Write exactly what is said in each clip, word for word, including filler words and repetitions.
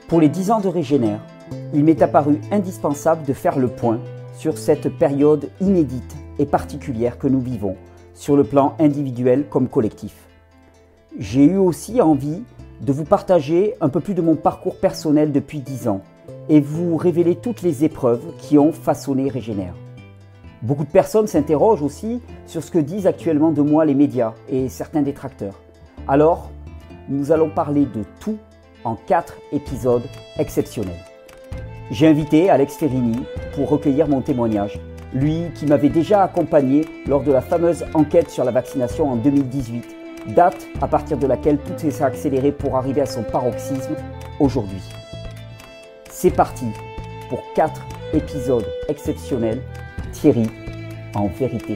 Pour les dix ans de Régénère, il m'est apparu indispensable de faire le point sur cette période inédite et particulière que nous vivons, sur le plan individuel comme collectif. J'ai eu aussi envie de vous partager un peu plus de mon parcours personnel depuis dix ans et vous révéler toutes les épreuves qui ont façonné Régénère. Beaucoup de personnes s'interrogent aussi sur ce que disent actuellement de moi les médias et certains détracteurs. Alors, nous allons parler de tout en quatre épisodes exceptionnels. J'ai invité Alex Ferrini pour recueillir mon témoignage, lui qui m'avait déjà accompagné lors de la fameuse enquête sur la vaccination en deux mille dix-huit, date à partir de laquelle tout s'est accéléré pour arriver à son paroxysme aujourd'hui. C'est parti pour quatre épisodes exceptionnels. Thierry, en vérité.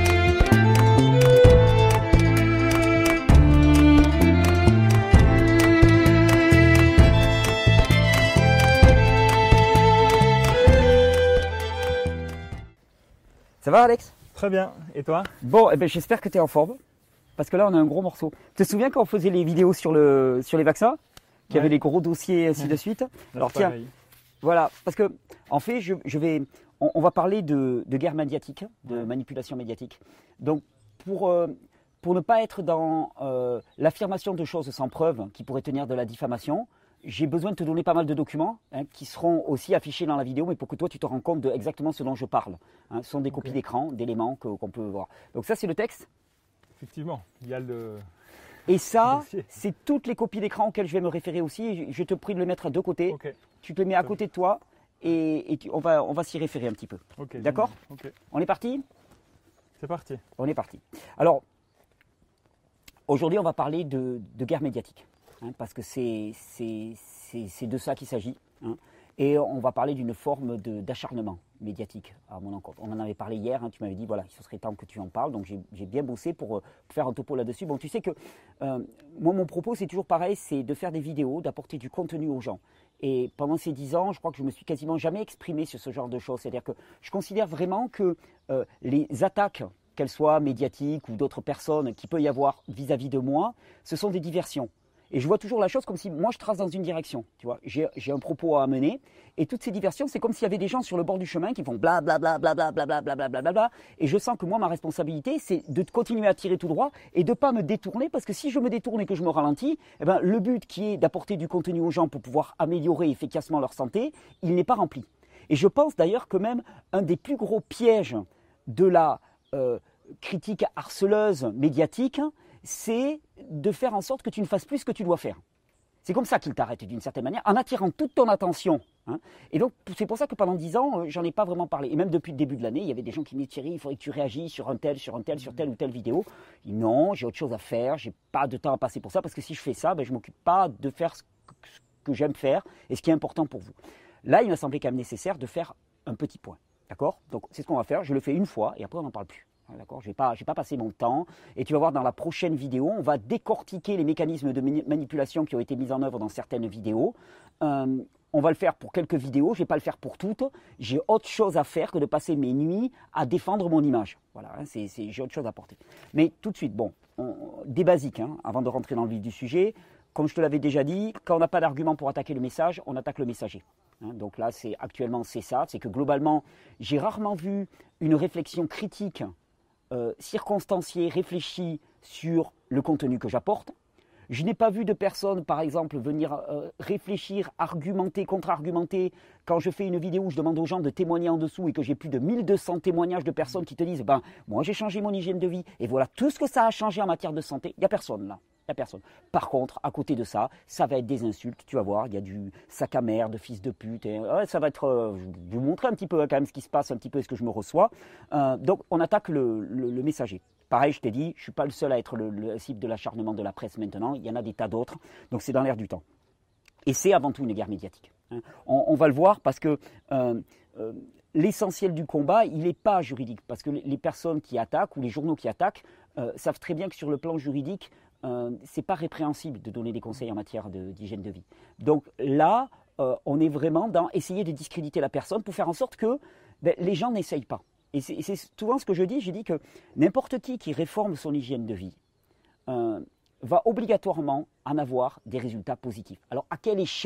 Ça va Alex? Très bien, et toi? Bon, eh ben, j'espère que tu es en forme, parce que là on a un gros morceau. Tu te souviens quand on faisait les vidéos sur, le, sur les vaccins, qu'il y avait les gros dossiers et ainsi de suite? Alors tiens, voilà, parce que en fait je, je vais... On, on va parler de, de guerre médiatique, de manipulation médiatique. Donc, pour, euh, pour ne pas être dans euh, l'affirmation de choses sans preuve qui pourraient tenir de la diffamation, j'ai besoin de te donner pas mal de documents hein, qui seront aussi affichés dans la vidéo, mais pour que toi tu te rends compte de exactement ce dont je parle. Hein. Ce sont des copies okay. d'écran, d'éléments que, qu'on peut voir. Donc ça c'est le texte. Effectivement, il y a le... Et ça, c'est toutes les copies d'écran auxquelles je vais me référer aussi. Je te prie de les mettre à deux côtés. Okay. Tu te les mets à côté de toi. Et, et tu, on va, on va s'y référer un petit peu. Okay, d'accord okay. On est parti? C'est parti. On est parti. Alors, aujourd'hui, on va parler de, de guerre médiatique, hein, parce que c'est, c'est, c'est, c'est de ça qu'il s'agit. Hein, et on va parler d'une forme de, d'acharnement médiatique à mon encontre. On en avait parlé hier, hein, tu m'avais dit, voilà, ce serait temps que tu en parles, donc j'ai, j'ai bien bossé pour, pour faire un topo là-dessus. Bon, tu sais que euh, moi, mon propos, c'est toujours pareil, c'est de faire des vidéos, d'apporter du contenu aux gens. Et pendant ces dix ans, je crois que je me suis quasiment jamais exprimé sur ce genre de choses. C'est-à-dire que je considère vraiment que euh, les attaques, qu'elles soient médiatiques ou d'autres personnes, qu'il peut y avoir vis-à-vis de moi, ce sont des diversions. Et je vois toujours la chose comme si moi je trace dans une direction. Tu vois, j'ai, j'ai un propos à amener et toutes ces diversions, c'est comme s'il y avait des gens sur le bord du chemin qui font bla bla bla bla bla bla bla bla bla bla bla. Et je sens que moi ma responsabilité, c'est de continuer à tirer tout droit et de ne pas me détourner, parce que si je me détourne et que je me ralentis, eh ben, le but qui est d'apporter du contenu aux gens pour pouvoir améliorer efficacement leur santé, il n'est pas rempli. Et je pense d'ailleurs que même un des plus gros pièges de la euh, critique harceleuse médiatique, c'est de faire en sorte que tu ne fasses plus ce que tu dois faire. C'est comme ça qu'il t'arrête d'une certaine manière, en attirant toute ton attention. Hein. Et donc, c'est pour ça que pendant dix ans, euh, j'en ai pas vraiment parlé. Et même depuis le début de l'année, il y avait des gens qui me disaient « Thierry, il faudrait que tu réagisses sur un tel, sur un tel, sur telle ou telle vidéo. » Non, j'ai autre chose à faire, j'ai pas de temps à passer pour ça, parce que si je fais ça, ben, je ne m'occupe pas de faire ce que, ce que j'aime faire et ce qui est important pour vous. Là, il m'a semblé quand même nécessaire de faire un petit point. D'accord? Donc, c'est ce qu'on va faire. Je le fais une fois et après, on n'en parle plus. D'accord, je ne vais pas, je vais pas passer mon temps. Et tu vas voir dans la prochaine vidéo, on va décortiquer les mécanismes de manipulation qui ont été mis en œuvre dans certaines vidéos. Euh, on va le faire pour quelques vidéos, je ne vais pas le faire pour toutes. J'ai autre chose à faire que de passer mes nuits à défendre mon image. Voilà, hein, c'est, c'est, j'ai autre chose à porter. Mais tout de suite, bon, on, des basiques, hein, avant de rentrer dans le vif du sujet. Comme je te l'avais déjà dit, quand on n'a pas d'argument pour attaquer le message, on attaque le messager. Hein, donc là, c'est, actuellement, c'est ça. C'est que globalement, j'ai rarement vu une réflexion critique Euh, circonstancié, réfléchi sur le contenu que j'apporte. Je n'ai pas vu de personnes, par exemple, venir euh, réfléchir, argumenter, contre-argumenter. Quand je fais une vidéo où je demande aux gens de témoigner en dessous et que j'ai plus de mille deux cents témoignages de personnes qui te disent ben, « moi j'ai changé mon hygiène de vie et voilà tout ce que ça a changé en matière de santé », il n'y a personne là. Il n'y a personne. Par contre, à côté de ça, ça va être des insultes, tu vas voir, il y a du sac à merde, fils de pute, et, ouais, ça va être, euh, je vais vous montrer un petit peu hein, quand même ce qui se passe, un petit peu ce que je me reçois. Euh, donc on attaque le, le, le messager. Pareil, je t'ai dit, je ne suis pas le seul à être le, le cible de l'acharnement de la presse maintenant, il y en a des tas d'autres, donc c'est dans l'air du temps. Et c'est avant tout une guerre médiatique. Hein. On, on va le voir parce que euh, euh, l'essentiel du combat, il n'est pas juridique, parce que les personnes qui attaquent ou les journaux qui attaquent euh, savent très bien que sur le plan juridique, Euh, c'est pas répréhensible de donner des conseils en matière de, d'hygiène de vie. Donc là, euh, on est vraiment dans essayer de discréditer la personne pour faire en sorte que ben, les gens n'essayent pas. Et c'est, et c'est souvent ce que je dis, je dis que n'importe qui qui réforme son hygiène de vie euh, va obligatoirement en avoir des résultats positifs. Alors à quelle échelle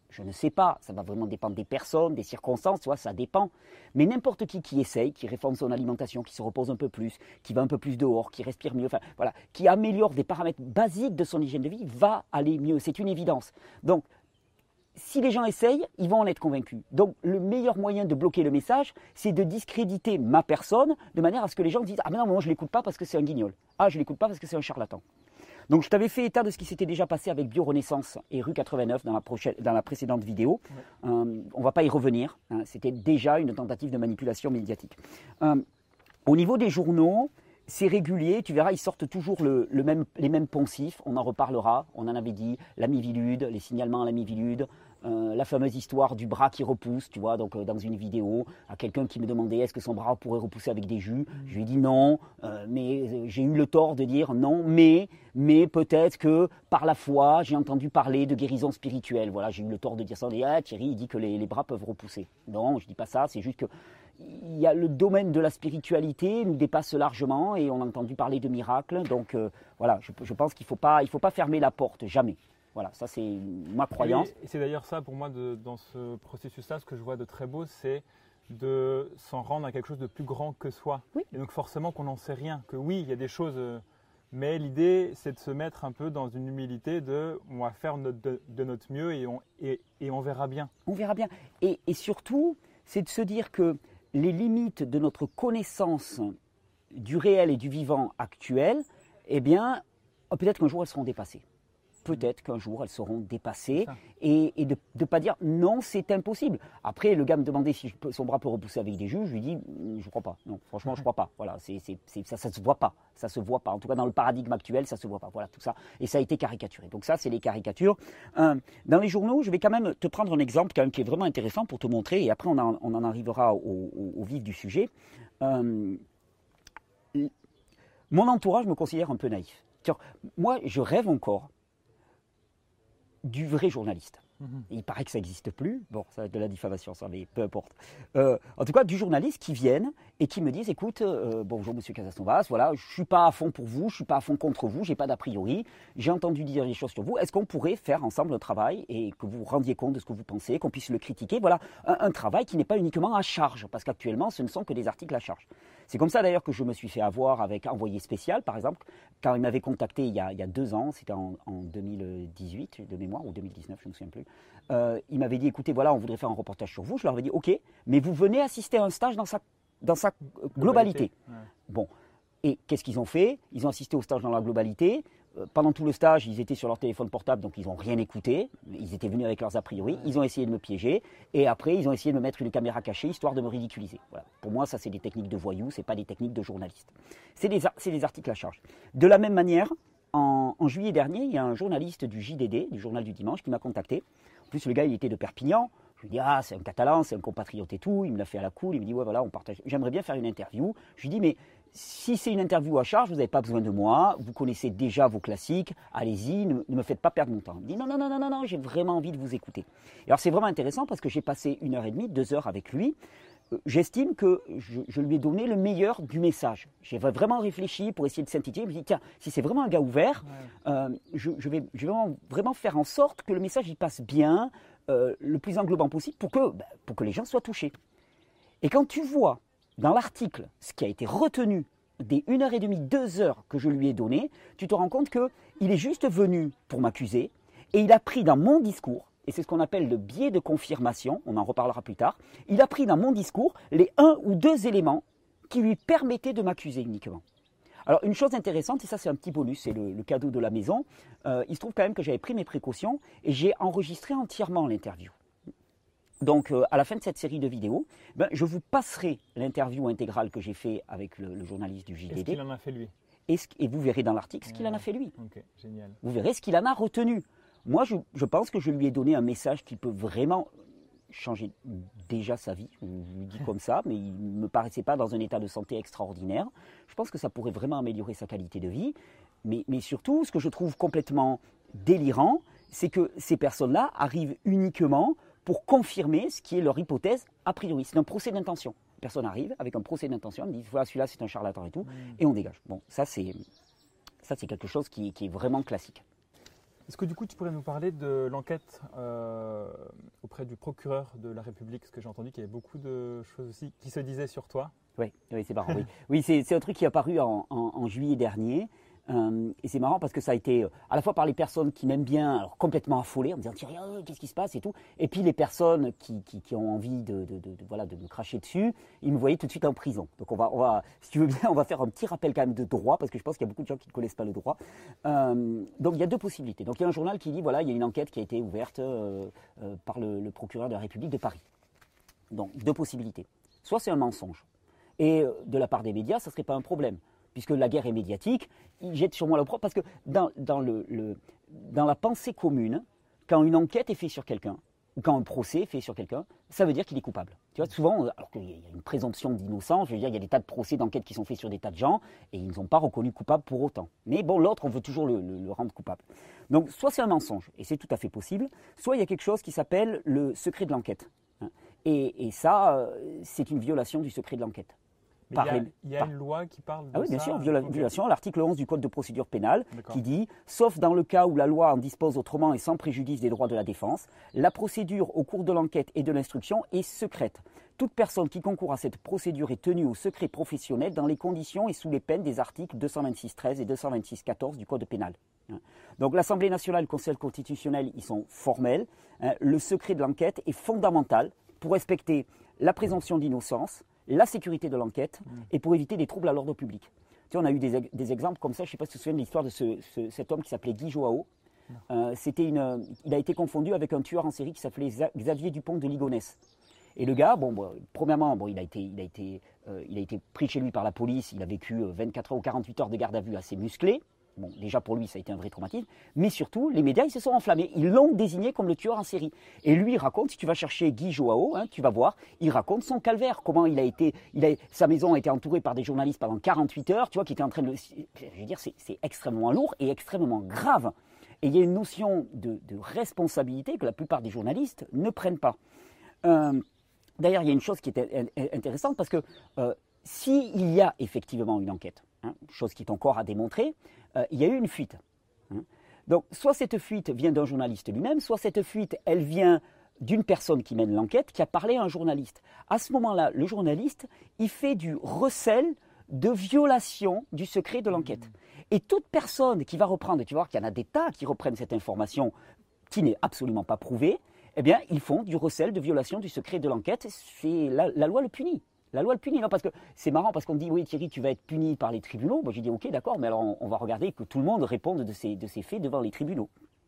Je ne sais pas, ça va vraiment dépendre des personnes, des circonstances, tu vois, ça dépend. Mais n'importe qui qui essaye, qui réforme son alimentation, qui se repose un peu plus, qui va un peu plus dehors, qui respire mieux, enfin voilà, qui améliore des paramètres basiques de son hygiène de vie, va aller mieux. C'est une évidence. Donc, si les gens essayent, ils vont en être convaincus. Donc, le meilleur moyen de bloquer le message, c'est de discréditer ma personne de manière à ce que les gens disent « Ah mais non, moi je ne l'écoute pas parce que c'est un guignol. Ah, je ne l'écoute pas parce que c'est un charlatan. » Donc, je t'avais fait état de ce qui s'était déjà passé avec Biorenaissance et Rue quatre-vingt-neuf dans la, prochaine, dans la précédente vidéo. Ouais. Euh, on ne va pas y revenir. Hein, c'était déjà une tentative de manipulation médiatique. Euh, au niveau des journaux, c'est régulier. Tu verras, ils sortent toujours le, le même, les mêmes poncifs. On en reparlera. On en avait dit l'amivilude, les signalements à l'amivilude. Euh, la fameuse histoire du bras qui repousse, tu vois, donc euh, dans une vidéo, à quelqu'un qui me demandait est-ce que son bras pourrait repousser avec des jus. Mmh. Je lui ai dit non, euh, mais euh, j'ai eu le tort de dire non, mais, mais peut-être que par la foi, j'ai entendu parler de guérison spirituelle. Voilà, j'ai eu le tort de dire ça. On dit, ah, Thierry, il dit que les, les bras peuvent repousser. Non, je ne dis pas ça, c'est juste que il y a le domaine de la spiritualité nous dépasse largement et on a entendu parler de miracles. Donc euh, voilà, je, je pense qu'il ne faut pas, il faut pas fermer la porte, jamais. Voilà, ça c'est ma croyance. Et c'est d'ailleurs ça pour moi, de, dans ce processus-là, ce que je vois de très beau, c'est de s'en rendre à quelque chose de plus grand que soi. Oui. Et donc forcément qu'on n'en sait rien, que oui, il y a des choses, mais l'idée c'est de se mettre un peu dans une humilité de on va faire notre, de, de notre mieux et on, et, et on verra bien. On verra bien. Et, et surtout, c'est de se dire que les limites de notre connaissance du réel et du vivant actuel, eh bien, peut-être qu'un jour elles seront dépassées. Peut-être qu'un jour elles seront dépassées et, et de ne pas dire non, c'est impossible. Après, le gars me demandait si je, son bras peut repousser avec des jus, je lui dis je ne crois pas. Non, franchement, je ne crois pas. Voilà, c'est, c'est, c'est, ça ne se voit pas. Ça se voit pas. En tout cas, dans le paradigme actuel, ça ne se voit pas. Voilà, tout ça. Et ça a été caricaturé. Donc ça, c'est les caricatures. Euh, dans les journaux, je vais quand même te prendre un exemple quand même qui est vraiment intéressant pour te montrer et après on en, on en arrivera au, au, au vif du sujet. Euh, mon entourage me considère un peu naïf. Moi, je rêve encore du vrai journaliste. Mmh. Il paraît que ça n'existe plus. Bon, ça va être de la diffamation, ça, mais peu importe. Euh, en tout cas, du journaliste qui viennent et qui me disent, écoute, euh, bonjour Monsieur Casasnovas, voilà, je ne suis pas à fond pour vous, je ne suis pas à fond contre vous, je n'ai pas d'a priori, j'ai entendu dire des choses sur vous. Est-ce qu'on pourrait faire ensemble un travail et que vous vous rendiez compte de ce que vous pensez, qu'on puisse le critiquer? Voilà, un, un travail qui n'est pas uniquement à charge, parce qu'actuellement, ce ne sont que des articles à charge. C'est comme ça d'ailleurs que je me suis fait avoir avec Envoyé spécial, par exemple, quand il m'avait contacté il y a, il y a deux ans, c'était en, en deux mille dix-huit de mémoire, ou deux mille dix-neuf, je ne me souviens plus. Euh, il m'avait dit, écoutez, voilà, on voudrait faire un reportage sur vous. Je leur avais dit, ok, mais vous venez assister à un stage dans sa, dans sa globalité. globalité. Ouais. Bon, et qu'est-ce qu'ils ont fait? Ils ont assisté au stage dans la globalité. Euh, pendant tout le stage, ils étaient sur leur téléphone portable, donc ils n'ont rien écouté. Ils étaient venus avec leurs a priori. Ouais. Ils ont essayé de me piéger. Et après, ils ont essayé de me mettre une caméra cachée, histoire de me ridiculiser. Voilà. Pour moi, ça, c'est des techniques de voyous, ce n'est pas des techniques de journalistes. C'est des, c'est des articles à charge. De la même manière, en, en juillet dernier, il y a un journaliste du J D D, du Journal du Dimanche, qui m'a contacté. En plus, le gars, il était de Perpignan. Je lui dis, ah, c'est un Catalan, c'est un compatriote et tout. Il me l'a fait à la cool. Il me dit, ouais, voilà, on partage. J'aimerais bien faire une interview. Je lui dis, mais si c'est une interview à charge, vous n'avez pas besoin de moi. Vous connaissez déjà vos classiques. Allez-y, ne, ne me faites pas perdre mon temps. Il me dit, non, non, non, non, non, non, j'ai vraiment envie de vous écouter. Et alors, c'est vraiment intéressant parce que j'ai passé une heure et demie, deux heures avec lui. J'estime que je, je lui ai donné le meilleur du message. J'ai vraiment réfléchi pour essayer de synthétiser. Je me dis, tiens, si c'est vraiment un gars ouvert, ouais. euh, je, je vais, je vais vraiment, vraiment faire en sorte que le message il passe bien, euh, le plus englobant possible, pour que, bah, pour que les gens soient touchés. Et quand tu vois dans l'article ce qui a été retenu des une heure et demie, deux heures que je lui ai donné, tu te rends compte qu'il est juste venu pour m'accuser et il a pris dans mon discours, et c'est ce qu'on appelle le biais de confirmation, on en reparlera plus tard, il a pris dans mon discours les un ou deux éléments qui lui permettaient de m'accuser uniquement. Alors une chose intéressante, et ça c'est un petit bonus, c'est le, le cadeau de la maison, euh, il se trouve quand même que j'avais pris mes précautions et j'ai enregistré entièrement l'interview. Donc euh, à la fin de cette série de vidéos, ben, je vous passerai l'interview intégrale que j'ai fait avec le, le journaliste du J D D. Est-ce qu'il en a fait lui? et, ce, et vous verrez dans l'article ce qu'il en a fait lui. Ok, génial. Vous verrez ce qu'il en a retenu. Moi, je, je pense que je lui ai donné un message qui peut vraiment changer déjà sa vie. Je lui dis comme ça, mais il ne me paraissait pas dans un état de santé extraordinaire. Je pense que ça pourrait vraiment améliorer sa qualité de vie. Mais, mais surtout, ce que je trouve complètement délirant, c'est que ces personnes-là arrivent uniquement pour confirmer ce qui est leur hypothèse a priori. C'est un procès d'intention. La personne arrive avec un procès d'intention, elle me dit voilà, celui-là c'est un charlatan et tout, mmh. et on dégage. Bon, ça c'est, ça, c'est quelque chose qui, qui est vraiment classique. Est-ce que du coup tu pourrais nous parler de l'enquête euh, auprès du procureur de la République? Parce que j'ai entendu qu'il y avait beaucoup de choses aussi qui se disaient sur toi. Oui, oui c'est marrant. Oui, oui c'est, c'est un truc qui est apparu en, en, en juillet dernier. Euh, et c'est marrant parce que ça a été euh, à la fois par les personnes qui m'aiment bien, alors complètement affolées, en me disant Thierry, oh, qu'est-ce qui se passe et tout. Et puis les personnes qui, qui, qui ont envie de, de, de, de, voilà, de me cracher dessus, ils me voyaient tout de suite en prison. Donc on va, on va, si tu veux bien, on va faire un petit rappel quand même de droit, parce que je pense qu'il y a beaucoup de gens qui ne connaissent pas le droit. Euh, donc il y a deux possibilités. Donc il y a un journal qui dit, voilà, il y a une enquête qui a été ouverte euh, euh, par le, le procureur de la République de Paris. Donc deux possibilités. Soit c'est un mensonge. Et de la part des médias, ça ne serait pas un problème. Puisque la guerre est médiatique, ils jettent sur moi l'opprobre, parce que dans, dans, le, le, dans la pensée commune, quand une enquête est faite sur quelqu'un, ou quand un procès est fait sur quelqu'un, ça veut dire qu'il est coupable. Tu vois, souvent, alors qu'il y a une présomption d'innocence, je veux dire, il y a des tas de procès d'enquête qui sont faits sur des tas de gens, et ils ne sont pas reconnus coupables pour autant. Mais bon, l'autre, on veut toujours le, le, le rendre coupable. Donc, soit c'est un mensonge, et c'est tout à fait possible, soit il y a quelque chose qui s'appelle le secret de l'enquête. Et, et ça, c'est une violation du secret de l'enquête. Mais il y a, les, il y a par... une loi qui parle de ça. Ah oui, bien ça, sûr, viola, okay. violation, l'article onze du Code de procédure pénale, D'accord. qui dit « Sauf dans le cas où la loi en dispose autrement et sans préjudice des droits de la défense, la procédure au cours de l'enquête et de l'instruction est secrète. Toute personne qui concourt à cette procédure est tenue au secret professionnel dans les conditions et sous les peines des articles deux cent vingt-six treize et deux cent vingt-six quatorze du Code pénal. » Donc l'Assemblée nationale et le Conseil constitutionnel, ils sont formels. Le secret de l'enquête est fondamental pour respecter la présomption d'innocence, la sécurité de l'enquête mmh. et pour éviter des troubles à l'ordre public. Tu sais, on a eu des, des exemples comme ça, je ne sais pas si tu te souviens de l'histoire de ce, ce, cet homme qui s'appelait Guy Joao. Euh, c'était une, il a été confondu avec un tueur en série qui s'appelait Xavier Dupont de Ligonnès. Et le gars, bon, bon premièrement, bon, il, a été, il, a été, euh, il a été pris chez lui par la police, il a vécu vingt-quatre heures ou quarante-huit heures de garde à vue assez musclé. Bon, déjà pour lui, ça a été un vrai traumatisme. Mais surtout, les médias, ils se sont enflammés. Ils l'ont désigné comme le tueur en série. Et lui, il raconte, si tu vas chercher Guy Joao, hein, tu vas voir, il raconte son calvaire. Comment il a été, il a, sa maison a été entourée par des journalistes pendant quarante-huit heures, tu vois, qui étaient en train de... Je veux dire, c'est, c'est extrêmement lourd et extrêmement grave. Et il y a une notion de, de responsabilité que la plupart des journalistes ne prennent pas. Euh, d'ailleurs, il y a une chose qui est intéressante parce que euh, s'il y a effectivement une enquête, hein, chose qui est encore à démontrer, Euh, il y a eu une fuite. Hein. Donc, soit cette fuite vient d'un journaliste lui-même, soit cette fuite, elle vient d'une personne qui mène l'enquête, qui a parlé à un journaliste. À ce moment-là, le journaliste, il fait du recel de violation du secret de l'enquête. Mmh. Et toute personne qui va reprendre, tu vas voir qu'il y en a des tas qui reprennent cette information qui n'est absolument pas prouvée, eh bien, ils font du recel de violation du secret de l'enquête. C'est la, la loi le punit. La loi le punit, non, parce que c'est marrant, parce qu'on me dit, oui Thierry, tu vas être puni par les tribunaux. Moi, j'ai dit, ok, d'accord, mais alors on, on va regarder que tout le monde réponde de ces, de ces faits devant les tribunaux.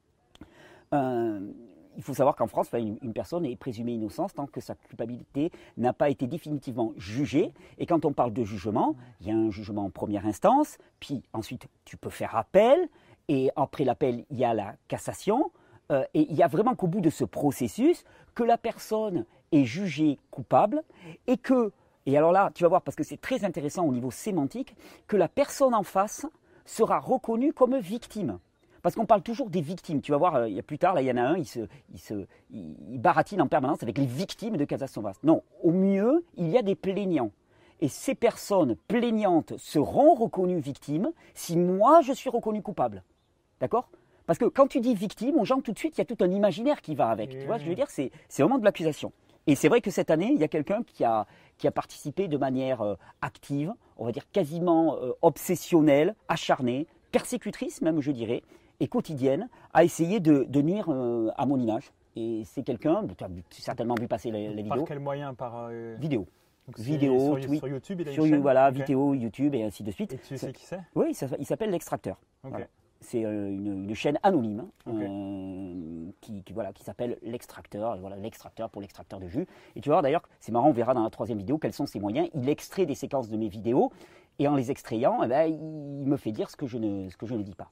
Euh, il faut savoir qu'en France, une, une personne est présumée innocente tant que sa culpabilité n'a pas été définitivement jugée. Et quand on parle de jugement, il y a un jugement en première instance, puis ensuite tu peux faire appel, et après l'appel, il y a la cassation. Euh, et il y a vraiment qu'au bout de ce processus, que la personne est jugée coupable et que... Et alors là, tu vas voir, parce que c'est très intéressant au niveau sémantique, que la personne en face sera reconnue comme victime. Parce qu'on parle toujours des victimes. Tu vas voir, il y a plus tard, là, il y en a un, il, se, il, se, il baratine en permanence avec les victimes de Casa Sauvas. Non, au mieux, il y a des plaignants. Et ces personnes plaignantes seront reconnues victimes si moi, je suis reconnu coupable. D'accord ? Parce que quand tu dis victime, aux gens, tout de suite, il y a tout un imaginaire qui va avec. Mmh. Tu vois ce que je veux dire ? C'est, c'est vraiment de l'accusation. Et c'est vrai que cette année, il y a quelqu'un qui a, qui a participé de manière euh, active, on va dire quasiment euh, obsessionnelle, acharnée, persécutrice même, je dirais, et quotidienne, à essayer de, de nuire euh, à mon image. Et c'est quelqu'un, tu as certainement vu passer les, les vidéos. Par quel moyen ? Par euh... Vidéo. Donc vidéo, sur, oui, sur YouTube, il a sur, une chaîne. Voilà, okay. vidéo, YouTube et ainsi de suite. Et tu sais qui c'est ? Oui, ça, il s'appelle L'Extracteur. Okay. Voilà. C'est euh, une, une chaîne anonyme okay. euh, qui, qui, voilà, qui s'appelle L'Extracteur. Voilà, L'Extracteur pour l'extracteur de jus. Et tu vas voir d'ailleurs, c'est marrant, on verra dans la troisième vidéo quels sont ses moyens. Il extrait des séquences de mes vidéos et en les extrayant, eh ben, il me fait dire ce que je ne, ce que je ne dis pas.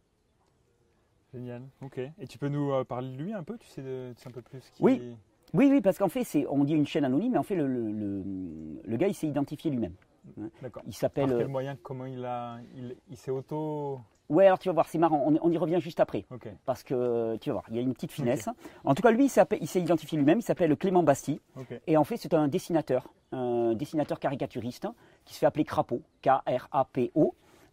Génial, ok. Et tu peux nous euh, parler de lui un peu ? Tu sais, de, tu sais un peu plus qui... Oui, oui, oui, parce qu'en fait, c'est, on dit une chaîne anonyme, mais en fait, le, le, le, le gars, il s'est identifié lui-même. D'accord. Il s'appelle. Par quel moyen ? Comment il a, il, il s'est auto. Ouais, alors tu vas voir, c'est marrant. On, on y revient juste après, okay. parce que tu vas voir, il y a une petite finesse. Okay. En tout cas, lui, il, il s'est identifié lui-même. Il s'appelle Clément Bastille, okay. et en fait, c'est un dessinateur, un dessinateur caricaturiste qui se fait appeler Crapaud, K R A P O.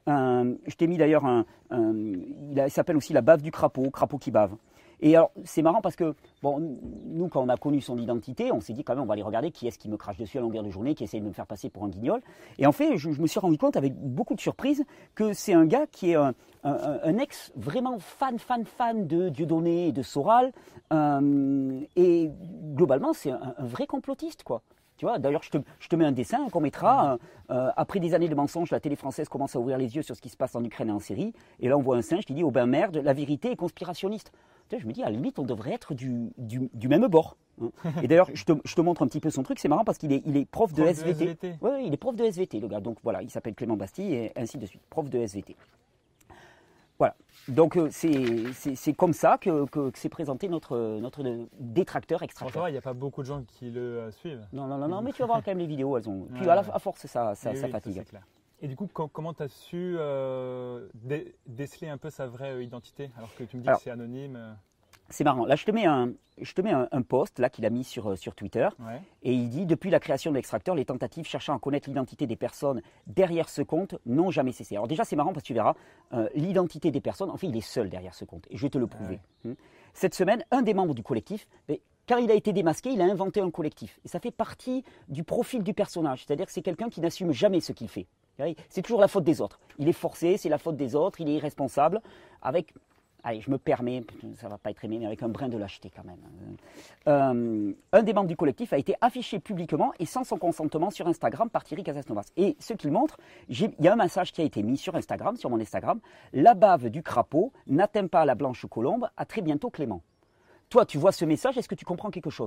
un, je t'ai mis d'ailleurs un, un il, a, il s'appelle aussi la bave du crapaud, crapaud qui bave. Et alors, c'est marrant parce que, bon, nous, quand on a connu son identité, on s'est dit quand même, on va aller regarder qui est-ce qui me crache dessus à longueur de journée, qui essaye de me faire passer pour un guignol. Et en fait, je, je me suis rendu compte avec beaucoup de surprise que c'est un gars qui est un, un, un ex vraiment fan, fan, fan de Dieudonné et de Soral. Euh, et globalement, c'est un, un vrai complotiste, quoi. Tu vois, d'ailleurs, je te, je te mets un dessin qu'on mettra. Euh, après des années de mensonges, la télé française commence à ouvrir les yeux sur ce qui se passe en Ukraine et en Syrie. Et là, on voit un singe qui dit « Oh ben merde, la vérité est conspirationniste ». Tu sais, je me dis, à la limite, on devrait être du, du, du même bord. Hein. Et d'ailleurs, je te, je te montre un petit peu son truc. C'est marrant parce qu'il est, il est prof de prof S V T. De S V T. Oui, il est prof de S V T, le gars. Donc voilà, il s'appelle Clément Bastille et ainsi de suite. Prof de S V T. Voilà. Donc euh, c'est, c'est, c'est comme ça que, que, que s'est présenté notre, notre détracteur extracteur. Bon, il n'y a pas beaucoup de gens qui le euh, suivent. Non, non, non, non, mais tu vas voir quand même les vidéos. Elles ont... Puis ouais, à, la, ouais. à force, ça, ça, oui, ça oui, fatigue. Ça, c'est clair. Et du coup, com- comment tu as su euh, dé- déceler un peu sa vraie euh, identité alors que tu me dis alors, que c'est anonyme euh... C'est marrant. Là, je te mets un, je te mets un, un post là qu'il a mis sur, sur Twitter. Ouais. Et il dit « Depuis la création de l'extracteur, les tentatives cherchant à connaître l'identité des personnes derrière ce compte n'ont jamais cessé. » Alors déjà, c'est marrant parce que tu verras, euh, l'identité des personnes, en fait, il est seul derrière ce compte. Et je vais te le prouver. Ah ouais. Cette semaine, un des membres du collectif, mais, quand il a été démasqué, il a inventé un collectif. Et ça fait partie du profil du personnage. C'est-à-dire que c'est quelqu'un qui n'assume jamais ce qu'il fait. C'est toujours la faute des autres. Il est forcé, c'est la faute des autres, il est irresponsable, avec... Allez, je me permets, ça ne va pas être aimé, mais avec un brin de lâcheté quand même. Euh, un des membres du collectif a été affiché publiquement et sans son consentement sur Instagram par Thierry Casasnovas. Et ce qu'il montre, il y a un message qui a été mis sur Instagram, sur mon Instagram. La bave du crapaud n'atteint pas la blanche colombe, à très bientôt Clément. Toi, tu vois ce message, est-ce que tu comprends quelque chose ?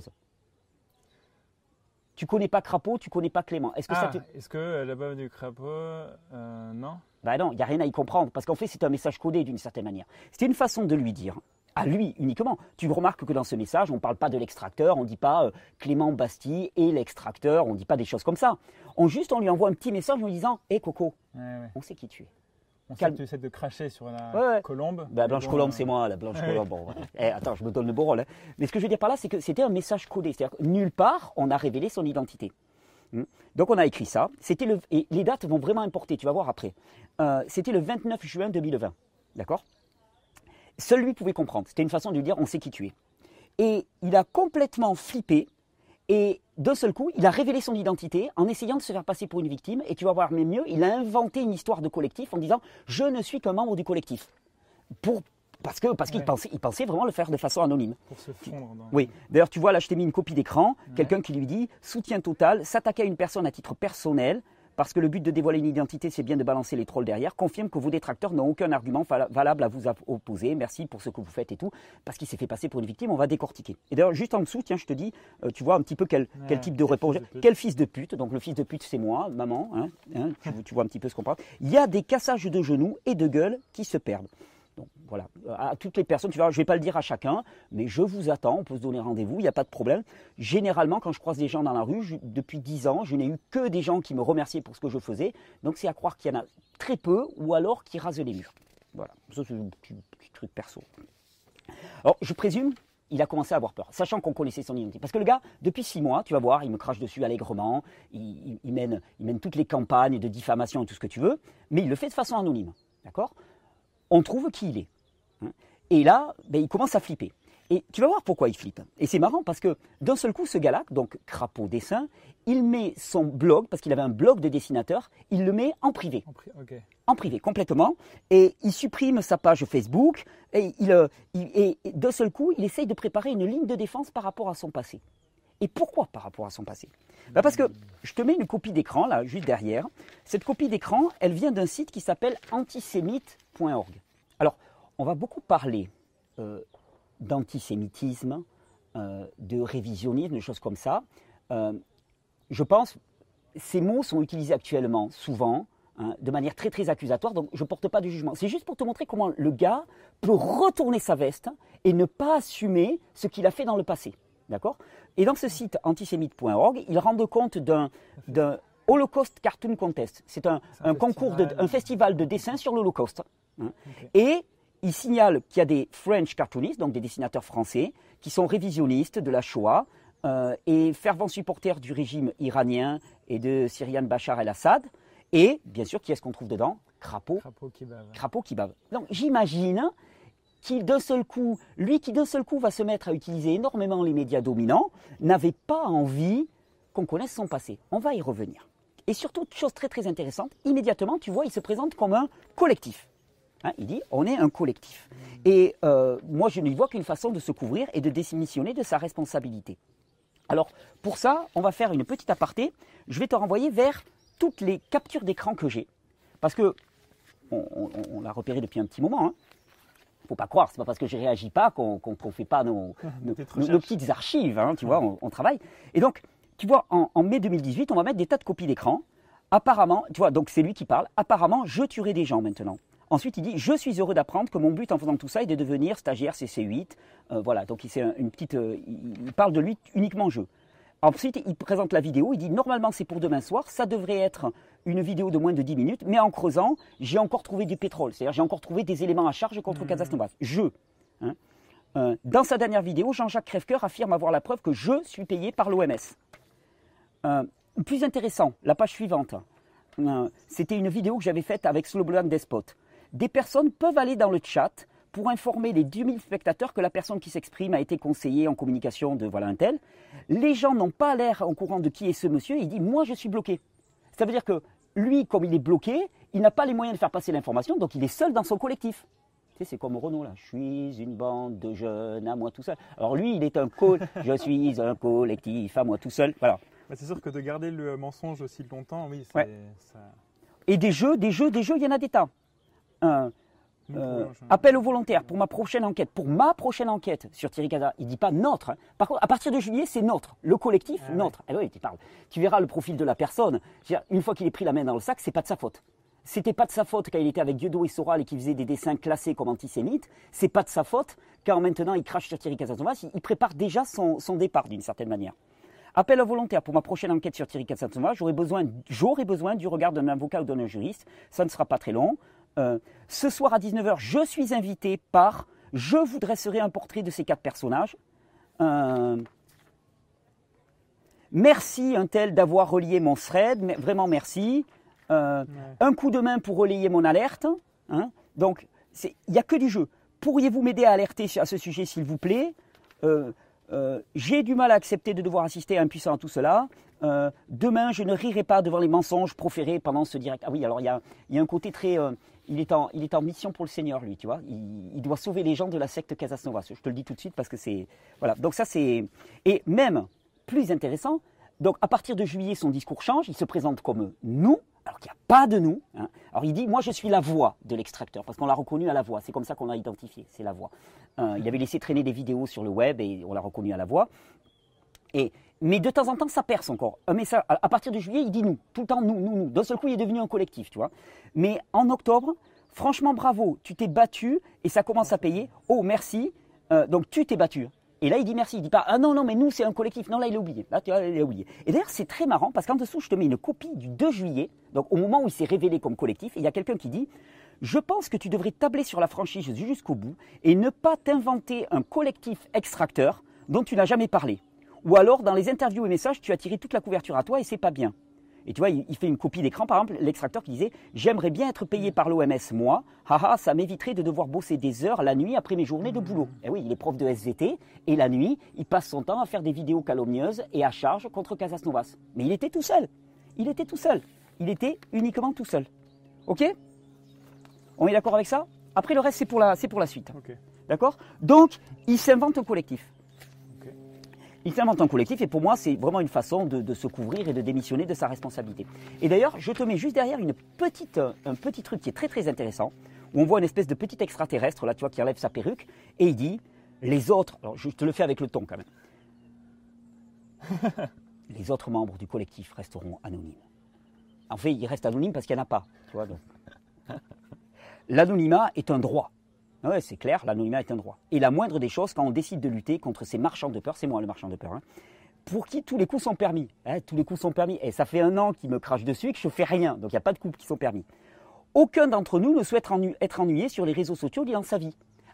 Tu connais pas Crapaud, tu connais pas Clément. Est-ce que ah, ça te... est-ce que la bave du crapaud, euh, non ? Ben non, il n'y a rien à y comprendre, parce qu'en fait, c'est un message codé d'une certaine manière. C'était une façon de lui dire, à lui uniquement. Tu remarques que dans ce message, on ne parle pas de l'extracteur, on ne dit pas euh, Clément Bastille et l'extracteur, on ne dit pas des choses comme ça. On juste, on lui envoie un petit message en lui disant « Hé hey, Coco, ouais, ouais. on sait qui tu es. » On sait que tu essaies de cracher sur la ouais, ouais. colombe. Ben, la blanche bon, colombe, euh... c'est moi, la blanche ouais. colombe. Bon, ouais. eh, attends, je me donne le beau rôle. Hein. Mais ce que je veux dire par là, c'est que c'était un message codé. C'est-à-dire que nulle part, on a révélé son identité. Donc on a écrit ça, c'était le, et les dates vont vraiment importer, tu vas voir après. Euh, c'était le vingt-neuf juin deux mille vingt, d'accord ? Seul lui pouvait comprendre, c'était une façon de lui dire on sait qui tu es. Et il a complètement flippé, et d'un seul coup, il a révélé son identité en essayant de se faire passer pour une victime, et tu vas voir, mais mieux, il a inventé une histoire de collectif en disant je ne suis qu'un membre du collectif. Pour... Parce que parce qu'il ouais. pensait, il pensait vraiment le faire de façon anonyme. Pour se fondre. Dans... Oui. D'ailleurs, tu vois, là, je t'ai mis une copie d'écran. Ouais. Quelqu'un qui lui dit « Soutien total, s'attaquer à une personne à titre personnel, parce que le but de dévoiler une identité, c'est bien de balancer les trolls derrière, confirme que vos détracteurs n'ont aucun argument valable à vous opposer. Merci pour ce que vous faites et tout. » Parce qu'il s'est fait passer pour une victime, on va décortiquer. Et d'ailleurs, juste en dessous, tiens, je te dis, euh, tu vois un petit peu quel, ouais, quel type de réponse. Quel fils de pute. Donc le fils de pute, c'est moi, maman. Hein, hein, tu, tu vois un petit peu ce qu'on parle. Il y a des cassages de genoux et de gueule qui se perdent. Donc voilà, à toutes les personnes, tu vois, je ne vais pas le dire à chacun, mais je vous attends, on peut se donner rendez-vous, il n'y a pas de problème. Généralement, quand je croise des gens dans la rue, je, depuis dix ans, je n'ai eu que des gens qui me remerciaient pour ce que je faisais. Donc c'est à croire qu'il y en a très peu, ou alors qui rasent les murs. Voilà, ça c'est un petit, petit truc perso. Alors je présume, il a commencé à avoir peur, sachant qu'on connaissait son identité. Parce que le gars, depuis six mois, tu vas voir, il me crache dessus allègrement, il, il, il, mène, il mène toutes les campagnes de diffamation et tout ce que tu veux, mais il le fait de façon anonyme, d'accord ? On trouve qui il est. Et là, ben, il commence à flipper. Et tu vas voir pourquoi il flippe. Et c'est marrant parce que d'un seul coup, ce gars-là, donc Crapaud Dessin, il met son blog, parce qu'il avait un blog de dessinateur, il le met en privé. En, pri- okay. en privé, complètement. Et il supprime sa page Facebook. Et, il, il, et d'un seul coup, il essaye de préparer une ligne de défense par rapport à son passé. Et pourquoi par rapport à son passé ? Ben parce que je te mets une copie d'écran, là, juste derrière. Cette copie d'écran, elle vient d'un site qui s'appelle antisémite point org. Alors, on va beaucoup parler euh, d'antisémitisme, euh, de révisionnisme, de choses comme ça. Euh, je pense, ces mots sont utilisés actuellement souvent, hein, de manière très très accusatoire, donc je ne porte pas de jugement. C'est juste pour te montrer comment le gars peut retourner sa veste et ne pas assumer ce qu'il a fait dans le passé. D'accord ? Et dans ce site antisémite point org, ils rendent compte d'un, d'un Holocaust Cartoon Contest. C'est un, un, un concours, de, un festival de dessin sur l'Holocauste. Hein. Okay. Et ils signalent qu'il y a des French cartoonistes, donc des dessinateurs français, qui sont révisionnistes de la Shoah euh, et fervents supporters du régime iranien et de Syriane Bachar el-Assad. Et bien sûr, qui est-ce qu'on trouve dedans? Crapaud. Crapaud qui bave. Crapaud qui bave. Donc j'imagine qu'il d'un seul coup, lui qui d'un seul coup va se mettre à utiliser énormément les médias dominants, n'avait pas envie qu'on connaisse son passé. On va y revenir. Et surtout, chose très très intéressante, immédiatement, tu vois, il se présente comme un collectif. Hein, il dit, on est un collectif. Et euh, moi, je ne vois qu'une façon de se couvrir et de démissionner de sa responsabilité. Alors, pour ça, on va faire une petite aparté. Je vais te renvoyer vers toutes les captures d'écran que j'ai. Parce que, on, on, on l'a repéré depuis un petit moment, hein. Faut pas croire, c'est pas parce que je réagis pas qu'on qu'on ne fait pas nos, nos, nos, nos petites archives, hein, tu vois, on, on travaille. Et donc, tu vois, en, en mai deux mille dix-huit, on va mettre des tas de copies d'écran. Apparemment, tu vois, donc c'est lui qui parle. Apparemment, je tuerai des gens maintenant. Ensuite, il dit, je suis heureux d'apprendre que mon but en faisant tout ça est de devenir stagiaire C C huit. Euh, voilà, donc il, une petite, euh, il parle de lui uniquement jeu. Ensuite, il présente la vidéo, il dit, normalement c'est pour demain soir, ça devrait être une vidéo de moins de dix minutes, mais en creusant, j'ai encore trouvé du pétrole, c'est-à-dire j'ai encore trouvé des éléments à charge contre mmh. Casas Novas. Je. Hein. Euh, dans sa dernière vidéo, Jean-Jacques Crèvecoeur affirme avoir la preuve que je suis payé par l'O M S. Euh, plus intéressant, la page suivante, euh, c'était une vidéo que j'avais faite avec Slobodan Despot. Des personnes peuvent aller dans le chat pour informer les deux mille spectateurs que la personne qui s'exprime a été conseillée en communication de voilà un tel. Les gens n'ont pas l'air au courant de qui est ce monsieur, il dit « moi je suis bloqué ». Ça veut dire que lui, comme il est bloqué, il n'a pas les moyens de faire passer l'information, donc il est seul dans son collectif. Tu sais, c'est comme Renaud là, je suis une bande de jeunes à moi tout seul. Alors lui, il est un co je suis un collectif à moi tout seul, voilà. Bah, c'est sûr que de garder le mensonge aussi longtemps, oui, c'est ouais. ça... Et des jeux, des jeux, des jeux, il y en a des tas. Un, Euh, appel aux volontaires pour ma prochaine enquête. Pour ma prochaine enquête sur Thierry Casas, il ne dit pas notre. Hein. Par contre, à partir de juillet, c'est notre. Le collectif, ah, notre. Ouais. Eh oui, tu parles. Tu verras le profil de la personne. Une fois qu'il ait pris la main dans le sac, c'est pas de sa faute. C'était pas de sa faute quand il était avec Dieudo et Soral et qu'il faisait des dessins classés comme antisémites. C'est pas de sa faute quand maintenant il crache sur Thierry Casas. Il prépare déjà son, son départ d'une certaine manière. Appel aux volontaires pour ma prochaine enquête sur Thierry Casas. J'aurai besoin, j'aurai besoin du regard d'un avocat ou d'un juriste. Ça ne sera pas très long. Euh, ce soir à dix-neuf heures, je suis invité par « Je vous dresserai un portrait de ces quatre personnages euh, ». Merci un tel d'avoir relié mon thread, vraiment merci. Euh, ouais. Un coup de main pour relayer mon alerte. Hein. Donc, il n'y a que du jeu. Pourriez-vous m'aider à alerter à ce sujet, s'il vous plaît? euh, euh, J'ai du mal à accepter de devoir assister à un puissant à tout cela. Euh, demain, je ne rirai pas devant les mensonges proférés pendant ce direct. Ah oui, alors il y a, y a un côté très... Euh, il, est en, il est en mission pour le Seigneur, lui, tu vois. Il, il doit sauver les gens de la secte Casas Novas. Je te le dis tout de suite parce que c'est... Voilà, donc ça c'est... Et même, plus intéressant, donc à partir de juillet, son discours change. Il se présente comme nous, alors qu'il n'y a pas de nous. Hein. Alors il dit, moi je suis la voix de l'extracteur, parce qu'on l'a reconnu à la voix. C'est comme ça qu'on l'a identifié, c'est la voix. Euh, il avait laissé traîner des vidéos sur le web et on l'a reconnu à la voix. Et... Mais de temps en temps, ça perce encore. Un message, à partir de juillet, il dit nous. Tout le temps, nous, nous, nous. D'un seul coup, il est devenu un collectif, tu vois. Mais en octobre, franchement, bravo. Tu t'es battu et ça commence à payer. Oh, merci. Euh, donc, tu t'es battu. Et là, il dit merci. Il dit pas, ah non, non, mais nous, c'est un collectif. Non, là, il est oublié. Là, tu vois, il est oublié. Et d'ailleurs, c'est très marrant parce qu'en dessous, je te mets une copie du deux juillet. Donc, au moment où il s'est révélé comme collectif, il y a quelqu'un qui dit, je pense que tu devrais tabler sur la franchise jusqu'au bout et ne pas t'inventer un collectif extracteur dont tu n'as jamais parlé. Ou alors, dans les interviews et messages, tu as tiré toute la couverture à toi et c'est pas bien. Et tu vois, il, il fait une copie d'écran, par exemple, l'extracteur qui disait « J'aimerais bien être payé par l'O M S, moi. Haha, ça m'éviterait de devoir bosser des heures la nuit après mes journées de boulot. » Et oui, il est prof de S V T et la nuit, il passe son temps à faire des vidéos calomnieuses et à charge contre Casas Novas. Mais il était tout seul. Il était tout seul. Il était uniquement tout seul. Ok? On est d'accord avec ça? Après, le reste, c'est pour la, c'est pour la suite. Okay. D'accord? Donc, il s'invente un collectif. Il s'invente un collectif et pour moi, c'est vraiment une façon de, de se couvrir et de démissionner de sa responsabilité. Et d'ailleurs, je te mets juste derrière une petite, un petit truc qui est très très intéressant, où on voit une espèce de petit extraterrestre, là, tu vois, qui enlève sa perruque, et il dit, les autres, alors je te le fais avec le ton quand même, les autres membres du collectif resteront anonymes. En fait, ils restent anonymes parce qu'il n'y en a pas, tu vois. Donc. L'anonymat est un droit. Oui, c'est clair, l'anonymat est un droit. Et la moindre des choses, quand on décide de lutter contre ces marchands de peur, c'est moi le marchand de peur, hein, pour qui tous les coups sont permis. Hein, tous les coups sont permis. Et ça fait un an qu'ils me crachent dessus et que je ne fais rien. Donc il n'y a pas de coups qui sont permis. Aucun d'entre nous ne souhaite ennu- être ennuyé sur les réseaux sociaux ni dans sa vie.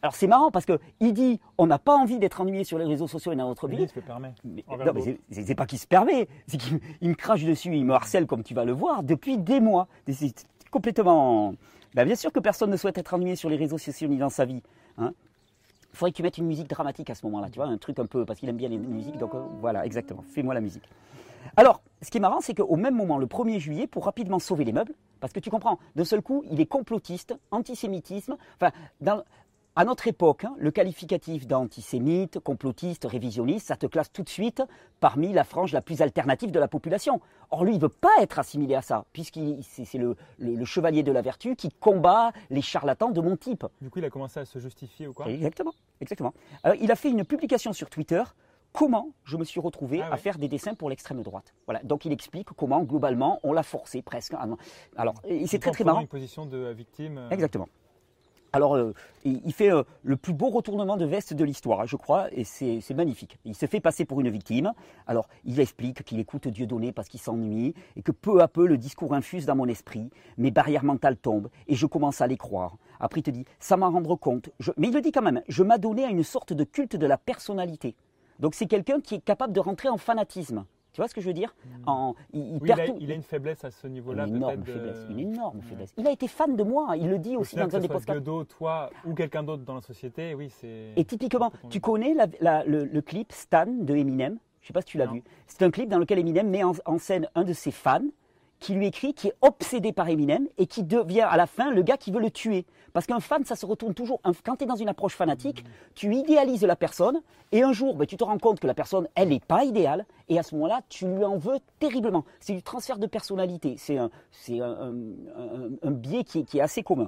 Alors c'est marrant parce qu'il dit on n'a pas envie d'être ennuyé sur les réseaux sociaux et dans notre vie. Il se permet. Mais, non, mais c'est, c'est pas qu'il se permet, c'est qu'il il me crache dessus, il me harcèle comme tu vas le voir depuis des mois. C'est complètement. Ben, bien sûr que personne ne souhaite être ennuyé sur les réseaux sociaux ni dans sa vie. Hein. Il faudrait que tu mettes une musique dramatique à ce moment-là, tu vois, un truc un peu, parce qu'il aime bien les musiques, donc euh, voilà, exactement, fais-moi la musique. Alors, ce qui est marrant, c'est qu'au même moment, le premier juillet, pour rapidement sauver les meubles, parce que tu comprends, d'un seul coup, il est complotiste, antisémitisme, enfin, dans, à notre époque, hein, le qualificatif d'antisémite, complotiste, révisionniste, ça te classe tout de suite parmi la frange la plus alternative de la population. Or, lui, il ne veut pas être assimilé à ça, puisqu'il c'est, c'est le, le, le chevalier de la vertu qui combat les charlatans de mon type. Du coup, il a commencé à se justifier ou quoi? Exactement, exactement. Alors, il a fait une publication sur Twitter. Comment je me suis retrouvé ah, à ouais. faire des dessins pour l'extrême droite. Voilà. Donc il explique comment, globalement, on l'a forcé presque. Alors, et c'est très très marrant. Une position de victime. Euh... Exactement. Alors, euh, il fait euh, le plus beau retournement de veste de l'histoire, je crois, et c'est, c'est magnifique. Il se fait passer pour une victime. Alors, il explique qu'il écoute Dieudonné parce qu'il s'ennuie, et que peu à peu, le discours infuse dans mon esprit, mes barrières mentales tombent, et je commence à les croire. Après, il te dit, ça m'en rendre compte. Je... Mais il le dit quand même, je m'adonnais à une sorte de culte de la personnalité. Donc, c'est quelqu'un qui est capable de rentrer en fanatisme. Tu vois ce que je veux dire? en, il, il, oui, perd il, a, tout. il a une faiblesse à ce niveau-là. Une énorme peut-être faiblesse. De... Une énorme ouais. faiblesse. Il a été fan de moi. Il le dit aussi dans un des podcasts. Godot, toi ou quelqu'un d'autre dans la société, oui, c'est. Et typiquement, tu connais la, la, le, le clip Stan de Eminem? Je ne sais pas si tu l'as non. vu. C'est un clip dans lequel Eminem met en, en scène un de ses fans qui lui écrit, qui est obsédé par Eminem et qui devient à la fin le gars qui veut le tuer. Parce qu'un fan, ça se retourne toujours. Quand tu es dans une approche fanatique, mmh. tu idéalises la personne et un jour, ben, tu te rends compte que la personne, elle n'est pas idéale et à ce moment-là, tu lui en veux terriblement. C'est du transfert de personnalité. C'est un, c'est un, un, un, un biais qui est, qui est assez commun.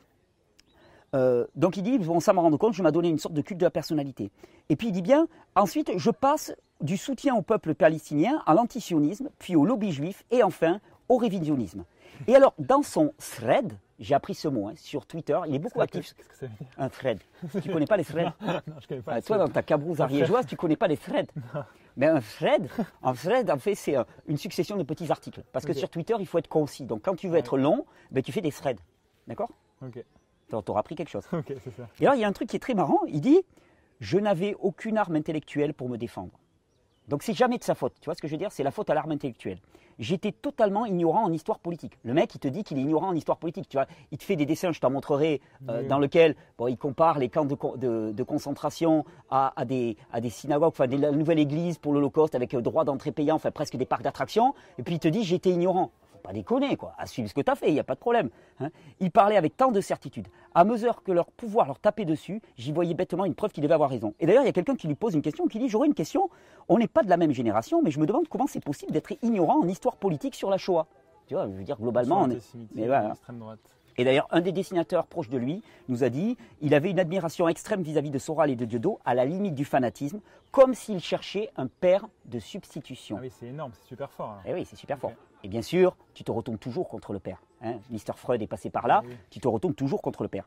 Euh, donc il dit, bon, ça m'a rendu compte, je m'ai donné une sorte de culte de la personnalité. Et puis il dit bien, ensuite, je passe du soutien au peuple palestinien à l'antisionisme, puis au lobby juif et enfin au révisionnisme. Et alors, dans son thread, j'ai appris ce mot hein, sur Twitter, il est beaucoup actif. Qu'est-ce que ça veut dire? Un thread. Tu ne connais pas les threads? Non, je connais pas. Ah, toi, dans ta cabrousse ariégeoise, tu ne connais pas les threads. Non. Mais un thread, un thread, en fait, c'est une succession de petits articles. Parce que okay. sur Twitter, il faut être concis. Donc, quand tu veux ouais. être long, ben, tu fais des threads. D'accord? Ok. Tu auras appris quelque chose. Ok, c'est ça. Et alors, il y a un truc qui est très marrant. Il dit, je n'avais aucune arme intellectuelle pour me défendre. Donc, c'est jamais de sa faute. Tu vois ce que je veux dire? C'est la faute à l'arme intellectuelle. J'étais totalement ignorant en histoire politique. Le mec, il te dit qu'il est ignorant en histoire politique. Tu vois, il te fait des dessins, je t'en montrerai, euh, oui. dans lesquels bon, il compare les camps de, de, de concentration à, à, des, à des synagogues, enfin, des, la nouvelle église pour l'Holocauste avec euh, droit d'entrée payant, enfin presque des parcs d'attractions. Et puis il te dit, j'étais ignorant. Faut pas déconner, quoi. Assume ce que tu as fait, il n'y a pas de problème. Hein. Il parlait avec tant de certitude. À mesure que leur pouvoir leur tapait dessus, j'y voyais bêtement une preuve qu'il devait avoir raison. Et d'ailleurs, il y a quelqu'un qui lui pose une question, qui dit, j'aurais une question, on n'est pas de la même génération, mais je me demande comment c'est possible d'être ignorant en histoire politique sur la Shoah. Tu vois, je veux dire, globalement, on est... Mais voilà. Droite. Et d'ailleurs, un des dessinateurs proches de lui nous a dit il avait une admiration extrême vis-à-vis de Soral et de Diodo, à la limite du fanatisme, comme s'il cherchait un père de substitution. Ah oui, c'est énorme, c'est super fort. Hein. Et oui, c'est super okay. fort. Et bien sûr, tu te retombes toujours contre le père. Hein. mister Freud est passé par là, oui. tu te retombes toujours contre le père.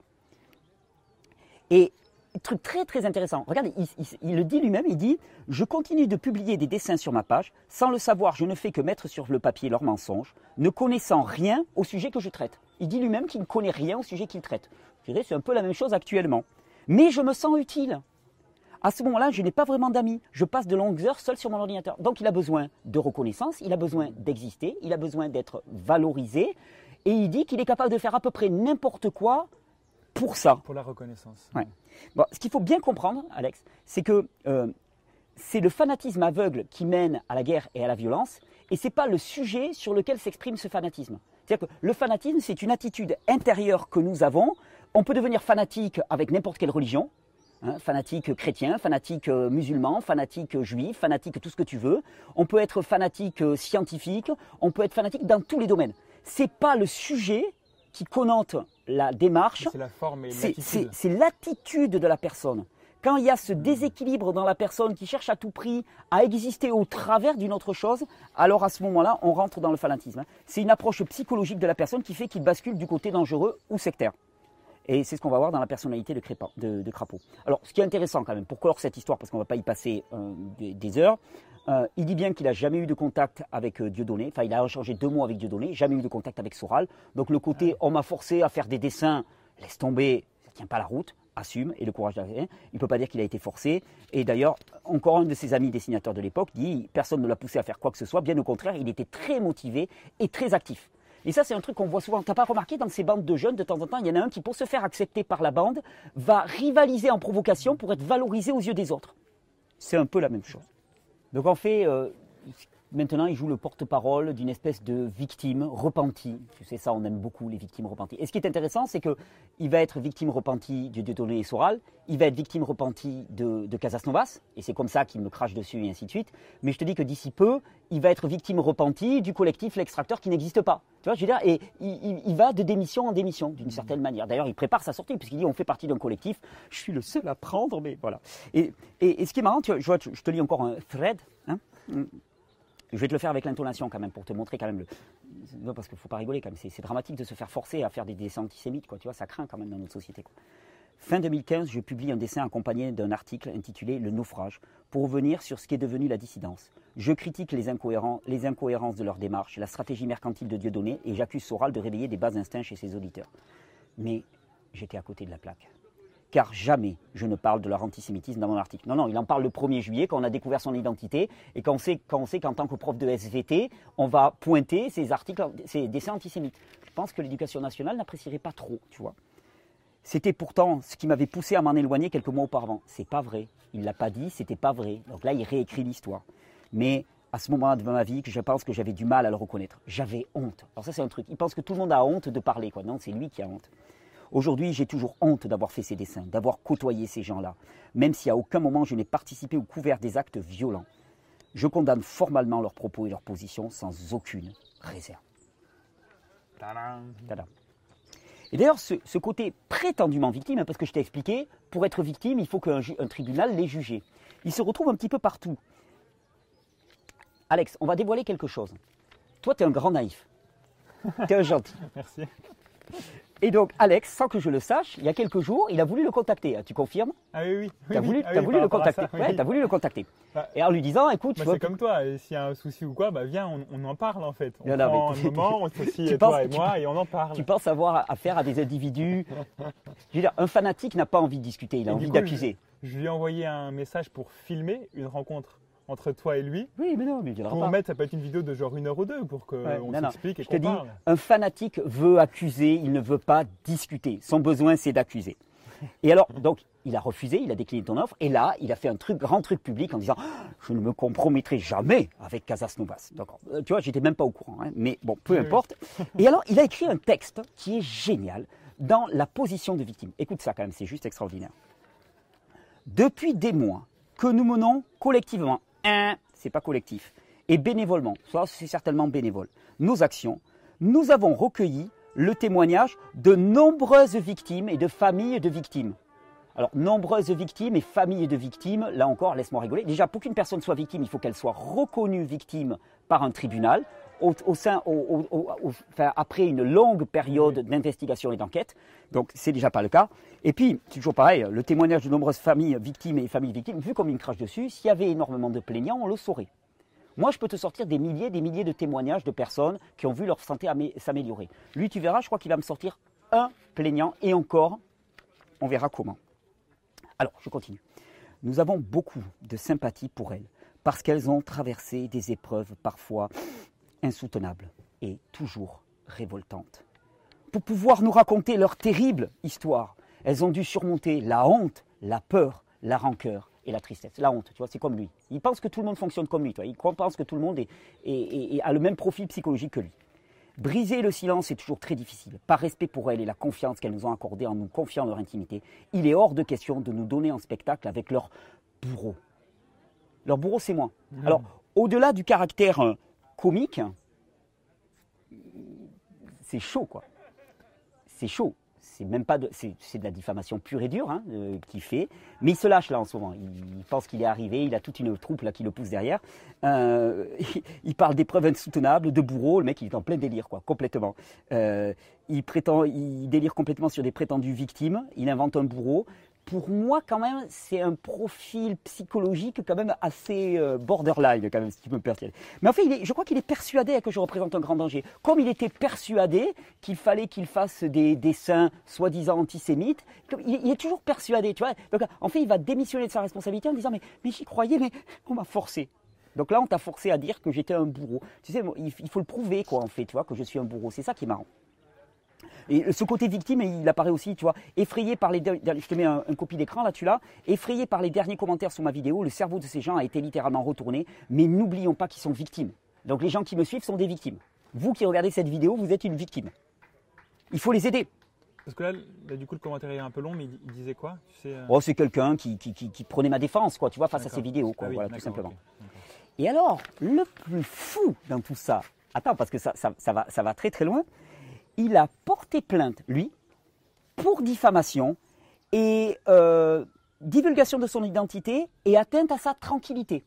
Et truc très très intéressant, regarde, il, il, il le dit lui-même, il dit « Je continue de publier des dessins sur ma page, sans le savoir, je ne fais que mettre sur le papier leurs mensonges, ne connaissant rien au sujet que je traite. » Il dit lui-même qu'il ne connaît rien au sujet qu'il traite. Je dirais c'est un peu la même chose actuellement. Mais je me sens utile. À ce moment-là, je n'ai pas vraiment d'amis. Je passe de longues heures seul sur mon ordinateur. Donc il a besoin de reconnaissance, il a besoin d'exister, il a besoin d'être valorisé. Et il dit qu'il est capable de faire à peu près n'importe quoi pour ça. Pour la reconnaissance. Ouais. Bon, ce qu'il faut bien comprendre, Alex, c'est que euh, c'est le fanatisme aveugle qui mène à la guerre et à la violence, et ce n'est pas le sujet sur lequel s'exprime ce fanatisme. C'est-à-dire que le fanatisme, c'est une attitude intérieure que nous avons. On peut devenir fanatique avec n'importe quelle religion, hein, fanatique chrétien, fanatique euh, musulman, fanatique euh, juif, fanatique tout ce que tu veux. On peut être fanatique euh, scientifique, on peut être fanatique dans tous les domaines. Ce n'est pas le sujet qui connote la démarche, c'est la forme et c'est, l'attitude. C'est, c'est l'attitude de la personne. Quand il y a ce déséquilibre dans la personne qui cherche à tout prix à exister au travers d'une autre chose, alors à ce moment-là, on rentre dans le fanatisme. C'est une approche psychologique de la personne qui fait qu'il bascule du côté dangereux ou sectaire. Et c'est ce qu'on va voir dans la personnalité de, Crépa, de, de Crapaud. Alors, ce qui est intéressant quand même, pour clore cette histoire, parce qu'on ne va pas y passer euh, des, des heures, euh, il dit bien qu'il n'a jamais eu de contact avec euh, Dieudonné, enfin il a échangé deux mots avec Dieudonné, jamais eu de contact avec Soral. Donc le côté « on m'a forcé à faire des dessins », laisse tomber, ça ne tient pas la route. assume et le courage d'arriver. Il ne peut pas dire qu'il a été forcé. Et d'ailleurs, encore un de ses amis dessinateurs de l'époque dit « Personne ne l'a poussé à faire quoi que ce soit. Bien au contraire, il était très motivé et très actif. » Et ça, c'est un truc qu'on voit souvent. Tu n'as pas remarqué dans ces bandes de jeunes, de temps en temps, il y en a un qui, pour se faire accepter par la bande, va rivaliser en provocation pour être valorisé aux yeux des autres. C'est un peu la même chose. Donc en fait, euh, maintenant, il joue le porte-parole d'une espèce de victime repentie. Tu sais ça, on aime beaucoup les victimes repenties. Et ce qui est intéressant, c'est qu'il va être victime repentie de Dieudonné et Soral, il va être victime repentie de, de Casas Novas, et c'est comme ça qu'il me crache dessus et ainsi de suite. Mais je te dis que d'ici peu, il va être victime repentie du collectif L'Extracteur qui n'existe pas. Tu vois, je veux dire, et il, il, il va de démission en démission, d'une certaine manière. D'ailleurs, il prépare sa sortie, puisqu'il dit on fait partie d'un collectif, je suis le seul à prendre, mais voilà. Et, et, et ce qui est marrant, tu vois, je, vois, je te lis encore un thread, hein. Je vais te le faire avec l'intonation quand même, pour te montrer quand même le... Non, parce qu'il ne faut pas rigoler quand même, c'est dramatique de se faire forcer à faire des dessins antisémites, quoi. Tu vois, ça craint quand même dans notre société, quoi. Fin deux mille quinze, je publie un dessin accompagné d'un article intitulé « Le naufrage » pour revenir sur ce qu'est devenu la dissidence. Je critique les, incohérents, les incohérences de leur démarche, la stratégie mercantile de Dieudonné et j'accuse Soral de réveiller des bas instincts chez ses auditeurs. Mais j'étais à côté de la plaque. Car jamais je ne parle de leur antisémitisme dans mon article. Non, non, il en parle le premier juillet, quand on a découvert son identité, et quand on sait qu'en qu tant que prof de S V T, on va pointer ces articles, ces dessins antisémites. Je pense que l'éducation nationale n'apprécierait pas trop, tu vois. C'était pourtant ce qui m'avait poussé à m'en éloigner quelques mois auparavant. C'est pas vrai. Il ne l'a pas dit, c'était pas vrai. Donc là, il réécrit l'histoire. Mais à ce moment-là de ma vie, que je pense que j'avais du mal à le reconnaître. J'avais honte. Alors ça, c'est un truc. Il pense que tout le monde a honte de parler, quoi. Non, c'est lui qui a honte. Aujourd'hui, j'ai toujours honte d'avoir fait ces dessins, d'avoir côtoyé ces gens-là, même si à aucun moment je n'ai participé ou couvert des actes violents. Je condamne formellement leurs propos et leurs positions sans aucune réserve. Tadam. Tadam. Et d'ailleurs, ce, ce côté prétendument victime, parce que je t'ai expliqué, pour être victime, il faut qu'un un tribunal l'ait jugé. Il se retrouve un petit peu partout. Alex, on va dévoiler quelque chose. Toi, tu es un grand naïf. Tu es un gentil. Merci. Et donc, Alex, sans que je le sache, il y a quelques jours, il a voulu le contacter. Tu confirmes? Ah oui, oui. Tu as oui, voulu, oui. Ah as oui, voulu le contacter. ça, oui. Ouais, tu as voulu le contacter. Bah, et en lui disant, écoute, bah, tu vois, c'est comme toi, et s'il y a un souci ou quoi, bah viens, on, on en parle en fait. On Non, non, prend mais un tu- moment, on tu s'assied penses- toi et tu- moi et on en parle. tu penses avoir affaire à des individus. Je veux dire, un fanatique n'a pas envie de discuter, il a Et envie du coup, d'accuser. Je, je lui ai envoyé un message pour filmer une rencontre entre toi et lui. Oui, mais non, mais il viendra Pour pas. mettre, ça peut être une vidéo de genre une heure ou deux pour qu'on Ouais, non, non. s'explique et Je te qu'on dis, parle. un fanatique veut accuser, il ne veut pas discuter. Son besoin, c'est d'accuser. Et alors, donc, il a refusé, il a décliné ton offre, et là, il a fait un truc, grand truc public en disant ah, « Je ne me compromettrai jamais avec Casas Novas ». D'accord. Euh, Tu vois, j'étais même pas au courant, hein, mais bon, peu Oui, importe. Et alors, il a écrit un texte qui est génial dans la position de victime. Écoute ça quand même, c'est juste extraordinaire. Depuis des mois que nous menons collectivement, hein, c'est pas collectif, et bénévolement, ça c'est certainement bénévole, nos actions, nous avons recueilli le témoignage de nombreuses victimes et de familles de victimes. Alors, nombreuses victimes et familles de victimes, là encore, laisse-moi rigoler. Déjà, pour qu'une personne soit victime, il faut qu'elle soit reconnue victime par un tribunal, au, au sein, au, au, au, enfin, après une longue période d'investigation et d'enquête. Donc, c'est déjà pas le cas. Et puis, c'est toujours pareil, le témoignage de nombreuses familles victimes et familles victimes, vu comme il me crache dessus, s'il y avait énormément de plaignants, on le saurait. Moi, je peux te sortir des milliers des milliers de témoignages de personnes qui ont vu leur santé s'améliorer. Lui, tu verras, je crois qu'il va me sortir un plaignant, et encore, on verra comment. Alors, je continue. Nous avons beaucoup de sympathie pour elles, parce qu'elles ont traversé des épreuves parfois insoutenables et toujours révoltantes. Pour pouvoir nous raconter leur terrible histoire, elles ont dû surmonter la honte, la peur, la rancœur et la tristesse. La honte, tu vois, c'est comme lui. Il pense que tout le monde fonctionne comme lui, tu vois. Il pense que tout le monde est, est, est, est, a le même profil psychologique que lui. Briser le silence est toujours très difficile. Par respect pour elles et la confiance qu'elles nous ont accordée en nous confiant leur intimité, il est hors de question de nous donner en spectacle avec leur bourreau. Leur bourreau, c'est moi. Mmh. Alors, au-delà du caractère euh, comique, c'est chaud, quoi. C'est chaud. C'est même pas de, c'est de la diffamation pure et dure hein, euh, qu'il fait, mais il se lâche là en ce moment. Il, il pense qu'il est arrivé, il a toute une troupe là qui le pousse derrière. Euh, il, il parle d'épreuves insoutenables, de bourreau. Le mec, il est en plein délire, quoi, complètement. Euh, il prétend, il délire complètement sur des prétendues victimes. Il invente un bourreau. pour moi, quand même, c'est un profil psychologique quand même assez euh, borderline, quand même, si tu peux me persuader. Mais en fait, il est, je crois qu'il est persuadé que je représente un grand danger. Comme il était persuadé qu'il fallait qu'il fasse des dessins soi-disant antisémites, il, il est toujours persuadé, tu vois. Donc, en fait, il va démissionner de sa responsabilité en disant « mais, mais j'y croyais, mais on m'a forcé ». Donc là, on t'a forcé à dire que j'étais un bourreau. Tu sais, il, il faut le prouver, quoi, en fait, tu vois, que je suis un bourreau. C'est ça qui est marrant. Et ce côté victime, il apparaît aussi, tu vois, effrayé par les... Je te mets un, une copie d'écran, là, tu l'as. Effrayé par les derniers commentaires sur ma vidéo, le cerveau de ces gens a été littéralement retourné. Mais n'oublions pas qu'ils sont victimes. Donc les gens qui me suivent sont des victimes. Vous qui regardez cette vidéo, vous êtes une victime. Il faut les aider. Parce que là, là, du coup, le commentaire est un peu long, mais il, il disait quoi, tu sais, euh... Oh, c'est quelqu'un qui, qui, qui, qui prenait ma défense, quoi, tu vois, face à ces vidéos, quoi, ah oui, voilà, tout simplement. Okay. Et alors, le plus fou dans tout ça, attends, parce que ça, ça, ça, va, ça va très très loin, il a porté plainte, lui, pour diffamation et euh, divulgation de son identité et atteinte à sa tranquillité.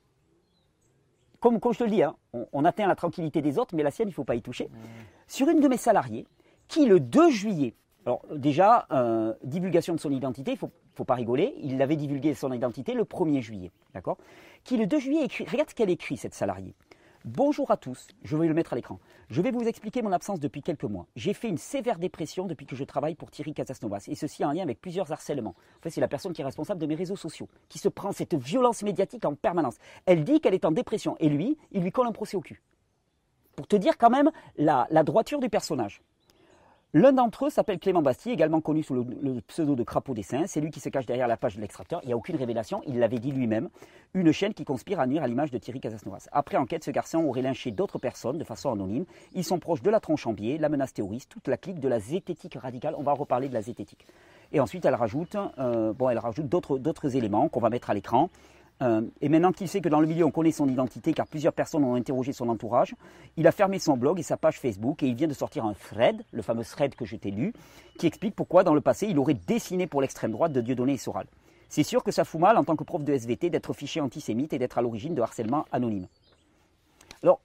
Comme, comme je te le dis, hein, on, on atteint la tranquillité des autres, mais la sienne, il ne faut pas y toucher. Mmh. Sur une de mes salariés, qui le deux juillet, alors déjà, euh, divulgation de son identité, il ne faut, faut pas rigoler, il avait divulgué son identité le premier juillet, d'accord ? Qui le deux juillet écrit, regarde ce qu'elle écrit, cette salariée. Bonjour à tous, je vais le mettre à l'écran. Je vais vous expliquer mon absence depuis quelques mois. J'ai fait une sévère dépression depuis que je travaille pour Thierry Casasnovas, et ceci en lien avec plusieurs harcèlements. En fait, c'est la personne qui est responsable de mes réseaux sociaux, qui se prend cette violence médiatique en permanence. Elle dit qu'elle est en dépression, et lui, il lui colle un procès au cul. Pour te dire quand même la, la droiture du personnage. L'un d'entre eux s'appelle Clément Bastille, également connu sous le, le pseudo de Crapaud Dessin. C'est lui qui se cache derrière la page de l'extracteur. Il n'y a aucune révélation, il l'avait dit lui-même. Une chaîne qui conspire à nuire à l'image de Thierry Casasnovas. Après enquête, ce garçon aurait lynché d'autres personnes de façon anonyme. Ils sont proches de la tronche en biais, la menace terroriste, toute la clique de la zététique radicale. On va reparler de la zététique. Et ensuite, elle rajoute, euh, bon, elle rajoute d'autres, d'autres éléments qu'on va mettre à l'écran. Euh, et maintenant qu'il sait que dans le milieu on connaît son identité car plusieurs personnes ont interrogé son entourage, il a fermé son blog et sa page Facebook et il vient de sortir un thread, le fameux thread que je t'ai lu, qui explique pourquoi dans le passé il aurait dessiné pour l'extrême droite de Dieudonné et Soral. C'est sûr que ça fout mal en tant que prof de S V T d'être fiché antisémite et d'être à l'origine de harcèlement anonyme. Alors,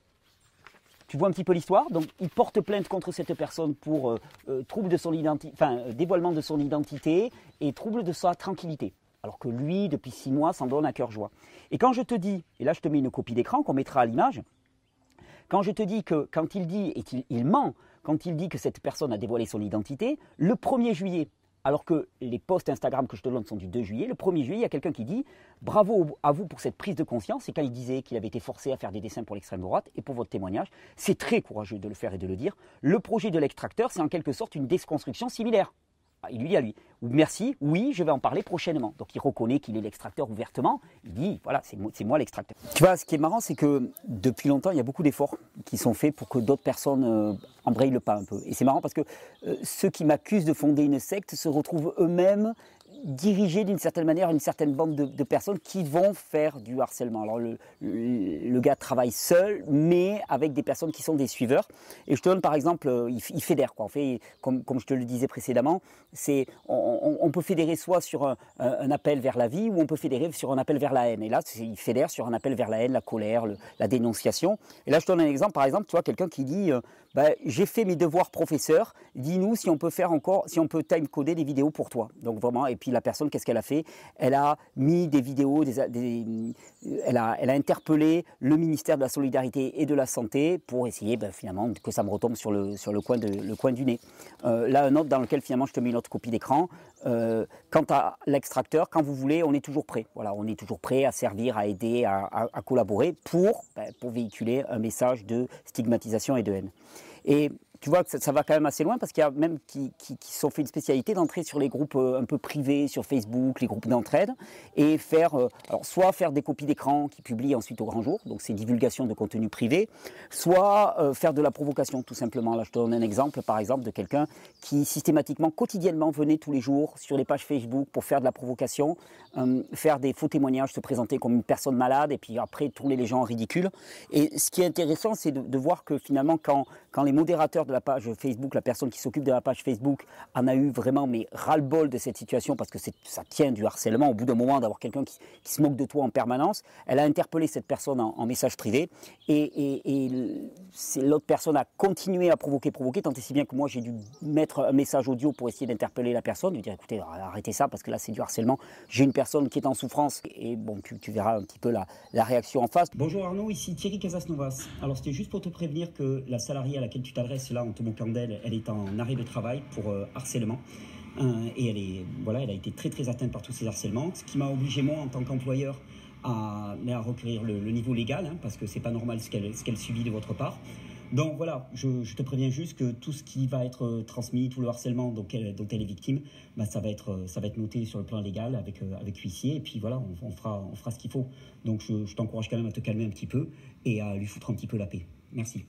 tu vois un petit peu l'histoire, donc il porte plainte contre cette personne pour euh, euh, trouble de son identité, enfin euh, dévoilement de son identité et trouble de sa tranquillité. Alors que lui, depuis six mois, s'en donne à cœur joie. Et quand je te dis, et là je te mets une copie d'écran qu'on mettra à l'image, quand je te dis que quand il dit, et il, il ment, quand il dit que cette personne a dévoilé son identité, le premier juillet, alors que les posts Instagram que je te donne sont du deux juillet, le premier juillet, il y a quelqu'un qui dit « Bravo à vous pour cette prise de conscience », et quand il disait qu'il avait été forcé à faire des dessins pour l'extrême droite, et pour votre témoignage, c'est très courageux de le faire et de le dire, le projet de l'extracteur, c'est en quelque sorte une déconstruction similaire. Il lui dit à lui, merci, oui, je vais en parler prochainement. Donc il reconnaît qu'il est l'extracteur ouvertement. Il dit, voilà, c'est moi, c'est moi l'extracteur. Tu vois, ce qui est marrant, c'est que depuis longtemps, il y a beaucoup d'efforts qui sont faits pour que d'autres personnes euh, embrayent le pas un peu. Et c'est marrant parce que euh, ceux qui m'accusent de fonder une secte se retrouvent eux-mêmes dirigés d'une certaine manière une certaine bande de, de personnes qui vont faire du harcèlement. Alors le, le, le gars travaille seul, mais avec des personnes qui sont des suiveurs. Et je te donne par exemple, il, il fédère quoi. En fait, comme, comme je te le disais précédemment, c'est on, on peut fédérer soit sur un, un appel vers la vie, ou on peut fédérer sur un appel vers la haine. Et là, il fédère sur un appel vers la haine, la colère, le, la dénonciation. Et là, je te donne un exemple. Par exemple, tu vois, quelqu'un qui dit euh, bah, j'ai fait mes devoirs professeur. Dis-nous si on peut faire encore, si on peut time-coder des vidéos pour toi. Donc vraiment, et puis la personne, qu'est-ce qu'elle a fait? Elle a mis des vidéos, des, des, elle, a, elle a interpellé le ministère de la Solidarité et de la Santé pour essayer ben, finalement que ça me retombe sur le, sur le, coin, de, le coin du nez. Euh, là, un autre dans lequel finalement je te mets une autre copie d'écran. Euh, quant à l'extracteur, quand vous voulez, on est toujours prêt. Voilà, on est toujours prêt à servir, à aider, à, à, à collaborer pour, ben, pour véhiculer un message de stigmatisation et de haine. Et tu vois que ça, ça va quand même assez loin parce qu'il y a même qui, qui, qui sont fait une spécialité d'entrer sur les groupes euh, un peu privés, sur Facebook, les groupes d'entraide, et faire, euh, alors soit faire des copies d'écran qui publient ensuite au grand jour, donc c'est divulgation de contenu privé, soit euh, faire de la provocation tout simplement. Là je te donne un exemple par exemple de quelqu'un qui systématiquement, quotidiennement venait tous les jours sur les pages Facebook pour faire de la provocation, euh, faire des faux témoignages, se présenter comme une personne malade et puis après tourner les gens en ridicule. Et ce qui est intéressant c'est de, de voir que finalement quand, quand les modérateurs de la page Facebook, la personne qui s'occupe de la page Facebook, en a eu vraiment mais ras-le-bol de cette situation parce que ça tient du harcèlement au bout d'un moment d'avoir quelqu'un qui, qui se moque de toi en permanence. Elle a interpellé cette personne en, en message privé et, et, et l'autre personne a continué à provoquer, provoquer, tant et si bien que moi j'ai dû mettre un message audio pour essayer d'interpeller la personne, lui dire écoutez, arrêtez ça parce que là c'est du harcèlement, j'ai une personne qui est en souffrance et bon, tu, tu verras un petit peu la, la réaction en face. Bonjour Arnaud, ici Thierry Casasnovas. Alors c'était juste pour te prévenir que la salariée à laquelle tu t'adresses là en te moquant d'elle, elle est en arrêt de travail pour euh, harcèlement. Euh, et elle, est, voilà, elle a été très très atteinte par tous ces harcèlements, ce qui m'a obligé moi en tant qu'employeur à, à requérir le, le niveau légal, hein, parce que c'est pas normal ce qu'elle ce qu'elle subit de votre part. Donc voilà, je, je te préviens juste que tout ce qui va être transmis, tout le harcèlement dont elle, dont elle est victime, bah ça, va être, ça va être noté sur le plan légal avec, avec l'huissier et puis voilà, on, on, fera, on fera ce qu'il faut. Donc je, je t'encourage quand même à te calmer un petit peu et à lui foutre un petit peu la paix. Merci.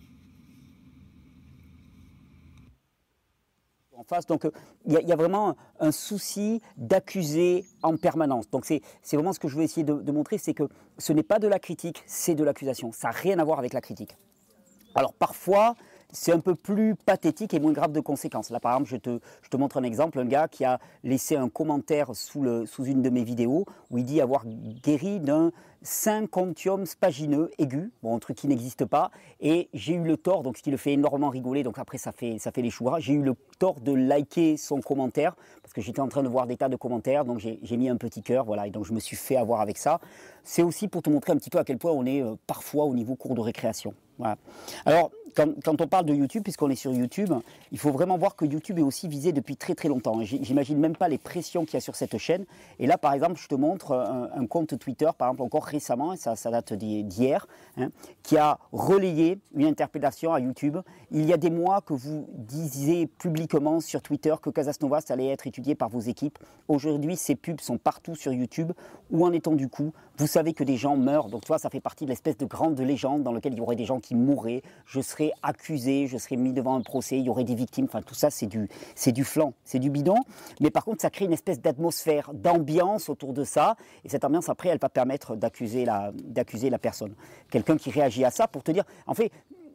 En face, donc il y, y a vraiment un souci d'accuser en permanence. Donc c'est vraiment ce que je veux essayer de, de montrer, c'est que ce n'est pas de la critique, c'est de l'accusation. Ça n'a rien à voir avec la critique. Alors parfois, c'est un peu plus pathétique et moins grave de conséquences. Là par exemple, je te, je te montre un exemple, un gars qui a laissé un commentaire sous, le, sous une de mes vidéos où il dit avoir guéri d'un syncontium spagineux aigu, bon, un truc qui n'existe pas, et j'ai eu le tort, donc ce qui le fait énormément rigoler, donc après ça fait, ça fait les choux, j'ai eu le tort de liker son commentaire, parce que j'étais en train de voir des tas de commentaires, donc j'ai mis un petit cœur, voilà, et donc je me suis fait avoir avec ça. C'est aussi pour te montrer un petit peu à quel point on est euh, parfois au niveau cours de récréation. Voilà. Alors, quand, quand on parle de YouTube, puisqu'on est sur YouTube, il faut vraiment voir que YouTube est aussi visé depuis très très longtemps. J'imagine même pas les pressions qu'il y a sur cette chaîne. Et là, par exemple, je te montre un, un compte Twitter, par exemple, encore récemment, et ça, ça date d'hier, hein, qui a relayé une interpellation à YouTube. Il y a des mois que vous disiez publiquement sur Twitter que Casasnovas allait être étudié par vos équipes. Aujourd'hui, ces pubs sont partout sur YouTube. Où en est-on du coup? Vous savez que des gens meurent, donc tu vois, ça fait partie de l'espèce de grande légende dans laquelle il y aurait des gens qui mourraient, je serais accusé, je serais mis devant un procès, il y aurait des victimes, enfin tout ça c'est du, c'est du flan, c'est du bidon, mais par contre ça crée une espèce d'atmosphère, d'ambiance autour de ça, et cette ambiance après elle va permettre d'accuser la, d'accuser la personne. Quelqu'un qui réagit à ça pour te dire, en fait,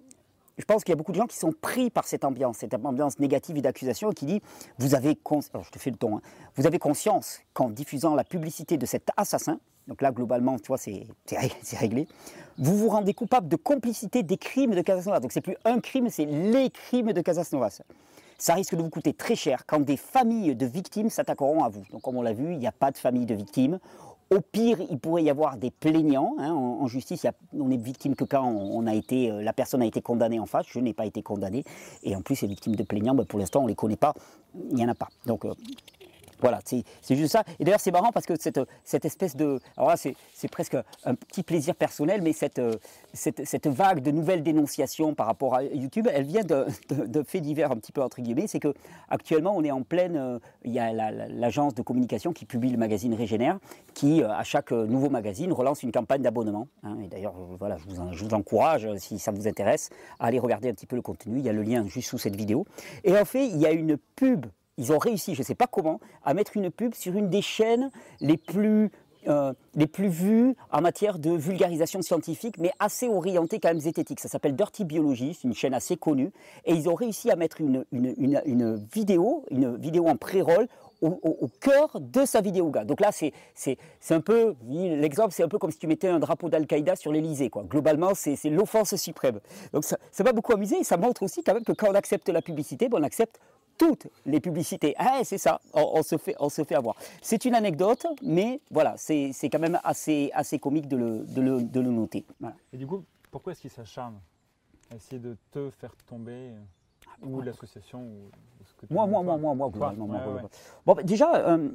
je pense qu'il y a beaucoup de gens qui sont pris par cette ambiance, cette ambiance négative et d'accusation, et qui dit, vous avez, alors je te fais le ton, hein, vous avez conscience qu'en diffusant la publicité de cet assassin, donc là, globalement, tu vois, c'est réglé. Vous vous rendez coupable de complicité des crimes de Casasnovas. Donc, c'est plus un crime, c'est les crimes de Casasnovas. Ça risque de vous coûter très cher quand des familles de victimes s'attaqueront à vous. Donc, comme on l'a vu, il n'y a pas de famille de victimes. Au pire, il pourrait y avoir des plaignants. Hein. En, en justice, il y a, on est victime que quand on a été, la personne a été condamnée en face. Je n'ai pas été condamné. Et en plus, les victimes de plaignants, ben, pour l'instant, on ne les connaît pas. Il n'y en a pas. Donc, euh, voilà, c'est juste ça. Et d'ailleurs, c'est marrant parce que cette, cette espèce de... Alors là, c'est presque un petit plaisir personnel, mais cette, cette, cette vague de nouvelles dénonciations par rapport à YouTube, elle vient de, de, de faits divers un petit peu entre guillemets. C'est qu'actuellement, on est en pleine... Euh, il y a l'agence la, de communication qui publie le magazine Régénère, qui, euh, à chaque nouveau magazine, relance une campagne d'abonnement. Hein. Et d'ailleurs, voilà, je vous, je vous encourage, si ça vous intéresse, à aller regarder un petit peu le contenu. Il y a le lien juste sous cette vidéo. Et en fait, il y a une pub. Ils ont réussi, je ne sais pas comment, à mettre une pub sur une des chaînes les plus, euh, les plus vues en matière de vulgarisation scientifique, mais assez orientée quand même zététique. Ça s'appelle Dirty Biology, c'est une chaîne assez connue. Et ils ont réussi à mettre une, une, une, une vidéo, une vidéo en pré-roll au, au, au cœur de sa vidéo. Gars. Donc là, c'est un peu, l'exemple, c'est un peu comme si tu mettais un drapeau d'Al-Qaïda sur l'Elysée. Globalement, c'est l'offense suprême. Donc ça m'a beaucoup amusé et ça montre aussi quand même que quand on accepte la publicité, ben on accepte toutes les publicités. Ah, c'est ça, on, on, se fait, on se fait avoir. C'est une anecdote, mais voilà, c'est quand même assez, assez comique de le, de le, de le noter. Voilà. Et du coup, pourquoi est-ce qu'il s'acharne à essayer de te faire tomber, ou l'association ou ce que tu Moi, moi, moi, moi, moi, globalement. Ouais, ouais. Bon, bah, déjà, euh,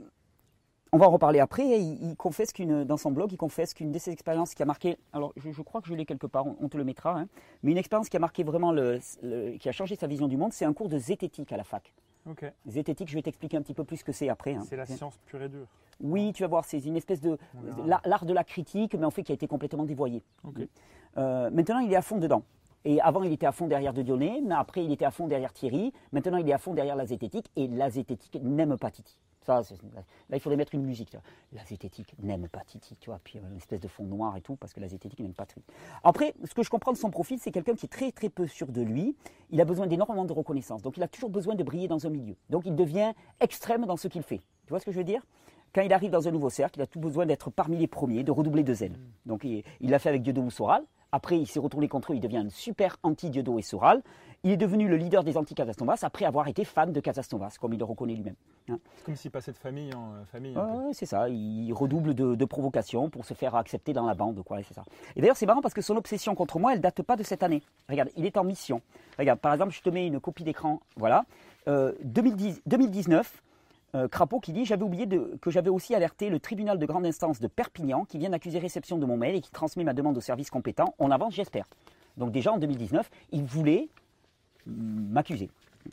on va en reparler après. Il, il confesse qu'une, dans son blog, il confesse qu'une de ses expériences qui a marqué, alors je, je crois que je l'ai quelque part, on, on te le mettra, hein, mais une expérience qui a marqué vraiment, le, le, qui a changé sa vision du monde, c'est un cours de zététique à la fac. Okay. Zététique, je vais t'expliquer un petit peu plus ce que c'est après. Hein. C'est la science pure et dure. Oui, tu vas voir, c'est une espèce de l'art de la critique, mais en fait qui a été complètement dévoyé. Okay. Euh, maintenant, il est à fond dedans. Et avant, il était à fond derrière De Dionnées, mais après, il était à fond derrière Thierry. Maintenant, il est à fond derrière la zététique, et la zététique n'aime pas Titi. Ça, là, il faudrait mettre une musique. La zététique n'aime pas Titi, tu vois, puis une espèce de fond noir et tout, parce que la zététique n'aime pas Titi. Après, ce que je comprends de son profil, c'est quelqu'un qui est très très peu sûr de lui. Il a besoin d'énormément de reconnaissance, donc il a toujours besoin de briller dans un milieu. Donc il devient extrême dans ce qu'il fait. Tu vois ce que je veux dire? Quand il arrive dans un nouveau cercle, il a tout besoin d'être parmi les premiers, de redoubler de zèle. Donc il l'a fait avec Dieudo ou Soral. Après, il s'est retourné contre eux, il devient un super anti-Dieudo et Soral. Il est devenu le leader des anti-Casasnovas après avoir été fan de Casasnovas, comme il le reconnaît lui-même. Hein. C'est comme s'il passait de famille en euh, famille. Ouais, c'est ça, il redouble de, de provocations pour se faire accepter dans la bande. Quoi, c'est ça. Et d'ailleurs, c'est marrant parce que son obsession contre moi, elle ne date pas de cette année. Regarde, il est en mission. Regarde, par exemple, je te mets une copie d'écran. Voilà. Euh, deux mille dix, deux mille dix-neuf, euh, Crapaud qui dit « J'avais oublié de, que j'avais aussi alerté le tribunal de grande instance de Perpignan qui vient d'accuser réception de mon mail et qui transmet ma demande aux services compétents. On avance, j'espère. » Donc déjà, en deux mille dix-neuf, il voulait m'accuser.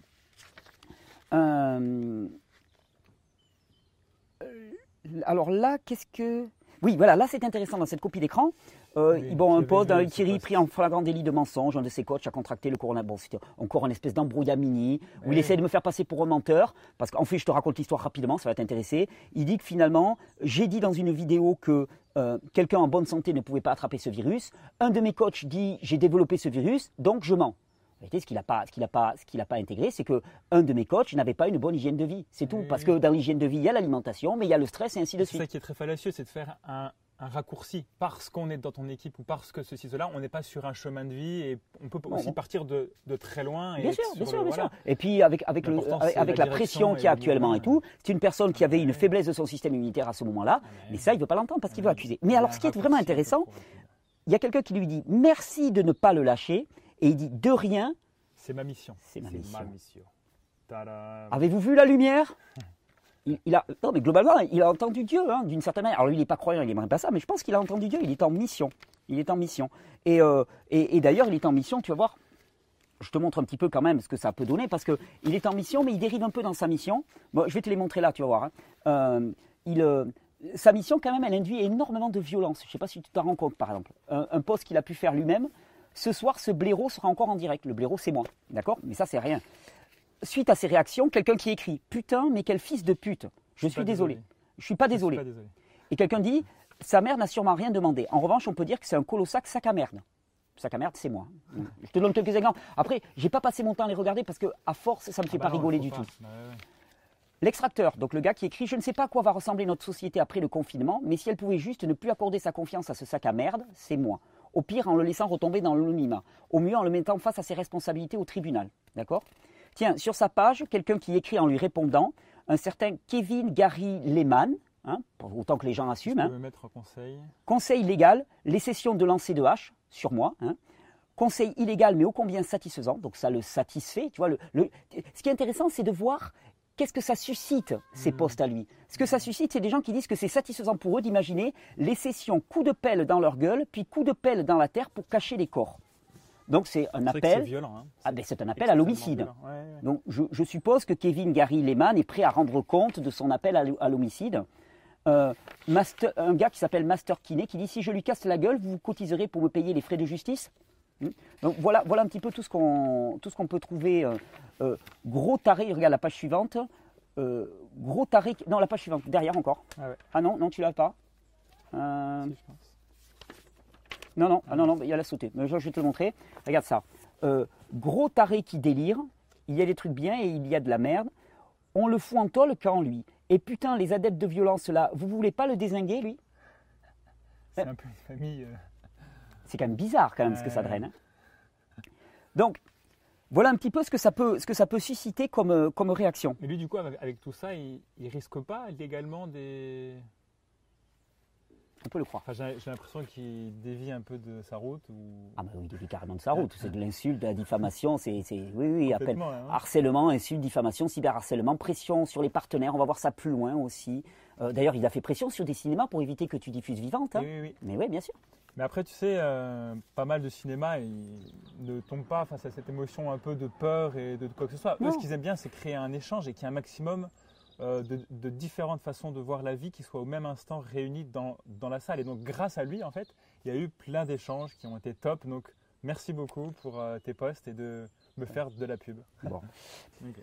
Euh, alors là, qu'est-ce que... Oui, voilà, là c'est intéressant dans cette copie d'écran. Euh, oui, bon, un poste d'un vu, Thierry pris en flagrant délit de mensonge, un de ses coachs a contracté le coronavirus. Bon, c'était encore une espèce d'embrouillamini où oui. il essaie de me faire passer pour un menteur. Parce qu'en fait, je te raconte l'histoire rapidement, ça va t'intéresser. Il dit que finalement, j'ai dit dans une vidéo que euh, quelqu'un en bonne santé ne pouvait pas attraper ce virus. Un de mes coachs dit j'ai développé ce virus, donc je mens. En réalité, ce qu'il n'a pas, ce qu'il n'a pas, ce qu'il n'a pas intégré, c'est que un de mes coachs n'avait pas une bonne hygiène de vie. C'est tout. Oui, Parce oui. que dans l'hygiène de vie, il y a l'alimentation, mais il y a le stress et ainsi de C'est suite. ça qui est très fallacieux, c'est de faire un, un raccourci. Parce qu'on est dans ton équipe ou parce que ceci, cela, on n'est pas sur un chemin de vie et on peut Non, aussi non. partir de, de très loin. Et Bien être sûr, sur bien sûr, le- bien voilà. sûr. Et puis avec, avec, le, L'important, avec, c'est avec la la pression direction qu'il y a et le actuellement et mouvement. tout, c'est une personne qui avait une Ouais. faiblesse de son système immunitaire à ce moment-là, mais ça, il ne veut pas l'entendre parce qu'il veut Ouais. accuser. Mais Il y a alors, un ce qui est raccourci vraiment un peu intéressant, trop rapide. il y a quelqu'un qui lui dit merci de ne pas le lâcher, et il dit de rien, C'est ma mission. c'est ma mission. mission. Tadam. Avez-vous vu la lumière? il, il a, non, mais globalement, il a entendu Dieu, hein, d'une certaine manière. Alors, lui, il n'est pas croyant, il n'aimerait pas ça, mais je pense qu'il a entendu Dieu, il est en mission. Il est en mission. Et, euh, et, et d'ailleurs, il est en mission, tu vas voir, je te montre un petit peu quand même ce que ça peut donner, parce qu'il est en mission, mais il dérive un peu dans sa mission. Moi, je vais te les montrer là, tu vas voir. Hein. Euh, il, euh, sa mission, quand même, elle induit énormément de violence. Je ne sais pas si tu t'en rends compte, par exemple. Un, un poste qu'il a pu faire lui-même. Ce soir, ce blaireau sera encore en direct. Le blaireau, c'est moi. D'accord? Mais ça, c'est rien. Suite à ces réactions, quelqu'un qui écrit « Putain, mais quel fils de pute !» Je suis pas désolé. désolé. Je ne suis pas Je suis désolé. pas désolé. Et quelqu'un dit « Sa mère n'a sûrement rien demandé. » En revanche, on peut dire que c'est un colossac sac à merde. Sac à merde, c'est moi. Je te donne quelques exemples. Après, je n'ai pas passé mon temps à les regarder parce que à force, ça ne me fait Ah bah pas non, rigoler faut du pas. tout. Bah ouais, ouais. L'extracteur, donc le gars qui écrit « Je ne sais pas à quoi va ressembler notre société après le confinement, mais si elle pouvait juste ne plus accorder sa confiance à ce sac à merde, c'est moi. Au pire, en le laissant retomber dans l'anonymat. Au mieux, en le mettant face à ses responsabilités au tribunal. » D'accord? Tiens, sur sa page, quelqu'un qui écrit en lui répondant, un certain Kevin Gary Lehman, hein, pour autant que les gens assument, Je hein, peux me mettre en conseil. conseil légal, les sessions de lancer de hache, sur moi, hein, conseil illégal mais ô combien satisfaisant, donc ça le satisfait. Tu vois, le, le, ce qui est intéressant, c'est de voir qu'est-ce que ça suscite, ces Mmh. postes à lui. Ce que ça suscite, c'est des gens qui disent que c'est satisfaisant pour eux d'imaginer les sessions coup de pelle dans leur gueule, puis coup de pelle dans la terre pour cacher les corps. Donc c'est un C'est vrai que appel, c'est violent. Hein. ah ben, c'est un appel à l'homicide. Extrêmement violent. Ouais, ouais. Donc je, je suppose que Kevin Gary Lehman est prêt à rendre compte de son appel à l'ho- à l'homicide. Euh, master- un gars qui s'appelle Master Kinney qui dit si je lui casse la gueule, vous cotiserez pour me payer les frais de justice. Hmm. Donc voilà, voilà un petit peu tout ce qu'on tout ce qu'on peut trouver. Euh, euh, gros taré, regarde la page suivante. Euh, gros taré, non la page suivante, derrière encore. Ah ouais. Ah non, non tu l'as pas. Euh, Si, je pense. non, non, ah non, non, il y a la sauté. Mais je je vais te le montrer. Regarde ça. Euh, gros taré qui délire. Il y a des trucs bien et il y a de la merde. On le fout en tôle qu'en lui. Et putain, les adeptes de violence là, vous voulez pas le dézinguer lui? C'est un peu une famille. euh, C'est quand même bizarre quand même ce que ça Ouais. draine. hein. Donc, voilà un petit peu ce que ça peut, ce que ça peut susciter comme, euh, comme réaction. Mais lui, du coup, avec, avec tout ça, il, il risque pas légalement des. On peut le croire. Enfin, j'ai j'ai l'impression qu'il dévie un peu de sa route. Ou... Ah bah oui, il dévie carrément de sa route. C'est de l'insulte, de la diffamation, c'est, c'est oui, oui, appel. Complètement, hein. Harcèlement, insulte, diffamation, cyberharcèlement, pression sur les partenaires. On va voir ça plus loin aussi. Euh, D'ailleurs, il a fait pression sur des cinémas pour éviter que tu diffuses Vivante. hein. Oui, oui, oui. Mais oui, bien sûr. Mais après, tu sais, euh, pas mal de cinéma, ils ne tombent pas face à cette émotion un peu de peur et de, de quoi que ce soit. Non. Eux, ce qu'ils aiment bien, c'est créer un échange et qu'il y ait un maximum euh, de, de différentes façons de voir la vie qui soient au même instant réunies dans, dans la salle. Et donc, grâce à lui, en fait, il y a eu plein d'échanges qui ont été top. Donc, merci beaucoup pour euh, tes posts et de me faire de la pub. Bon. Ok.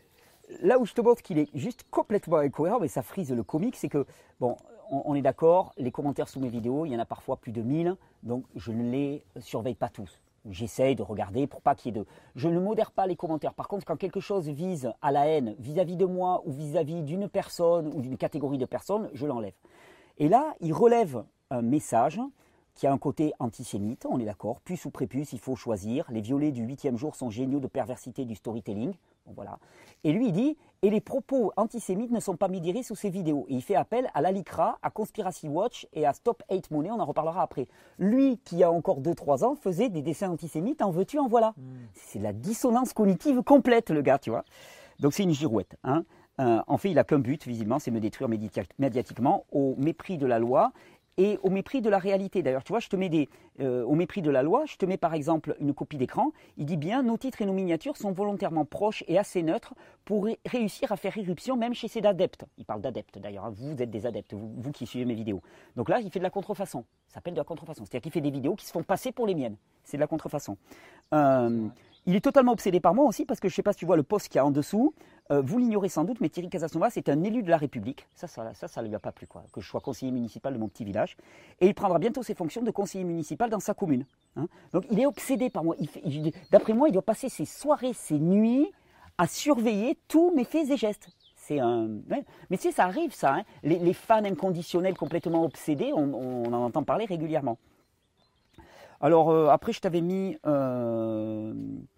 là où je te montre qu'il est juste complètement incohérent, mais ça frise le comique, c'est que, bon, on, on est d'accord, les commentaires sous mes vidéos, il y en a parfois plus de mille, donc je ne les surveille pas tous. J'essaye de regarder pour pas qu'il y ait de... Je ne modère pas les commentaires. Par contre, quand quelque chose vise à la haine vis-à-vis de moi ou vis-à-vis d'une personne ou d'une catégorie de personnes, je l'enlève. Et là, il relève un message qui a un côté antisémite, on est d'accord. Puce ou prépuce, il faut choisir. Les violets du huitième jour sont géniaux de perversité du storytelling. Bon, voilà. Et lui, il dit, et les propos antisémites ne sont pas midérés sous ses vidéos. Et il fait appel à l'Alikra, à Conspiracy Watch et à Stop Hate Money, on en reparlera après. Lui, qui il y a encore deux trois ans, faisait des dessins antisémites, en veux-tu, en voilà. Mm. C'est la dissonance cognitive complète, le gars, tu vois. Donc c'est une girouette. Hein. Euh, en fait, il n'a qu'un but, visiblement, c'est me détruire médi- médiatiquement, au mépris de la loi et au mépris de la réalité. D'ailleurs, tu vois, je te mets des, euh, au mépris de la loi, je te mets par exemple une copie d'écran. Il dit bien, nos titres et nos miniatures sont volontairement proches et assez neutres pour ré- réussir à faire irruption même chez ses adeptes. Il parle d'adeptes d'ailleurs, hein. Vous êtes des adeptes, vous, vous qui suivez mes vidéos. Donc là, il fait de la contrefaçon. Ça s'appelle de la contrefaçon. C'est-à-dire qu'il fait des vidéos qui se font passer pour les miennes. C'est de la contrefaçon. Euh, il est totalement obsédé par moi aussi parce que je ne sais pas si tu vois le post qu'il y a en dessous. Euh, vous l'ignorez sans doute, mais Thierry Casanovas c'est un élu de la République. Ça, ça, ça, ça lui a pas plu, quoi. Que je sois conseiller municipal de mon petit village. Et il prendra bientôt ses fonctions de conseiller municipal dans sa commune. Hein. Donc il est obsédé par moi. D'après moi, il doit passer ses soirées, ses nuits à surveiller tous mes faits et gestes. C'est un... Ouais. Mais tu sais, ça arrive, ça. Hein. Les, les fans inconditionnels complètement obsédés, on, on en entend parler régulièrement. Alors, euh, après, je t'avais mis... Euh...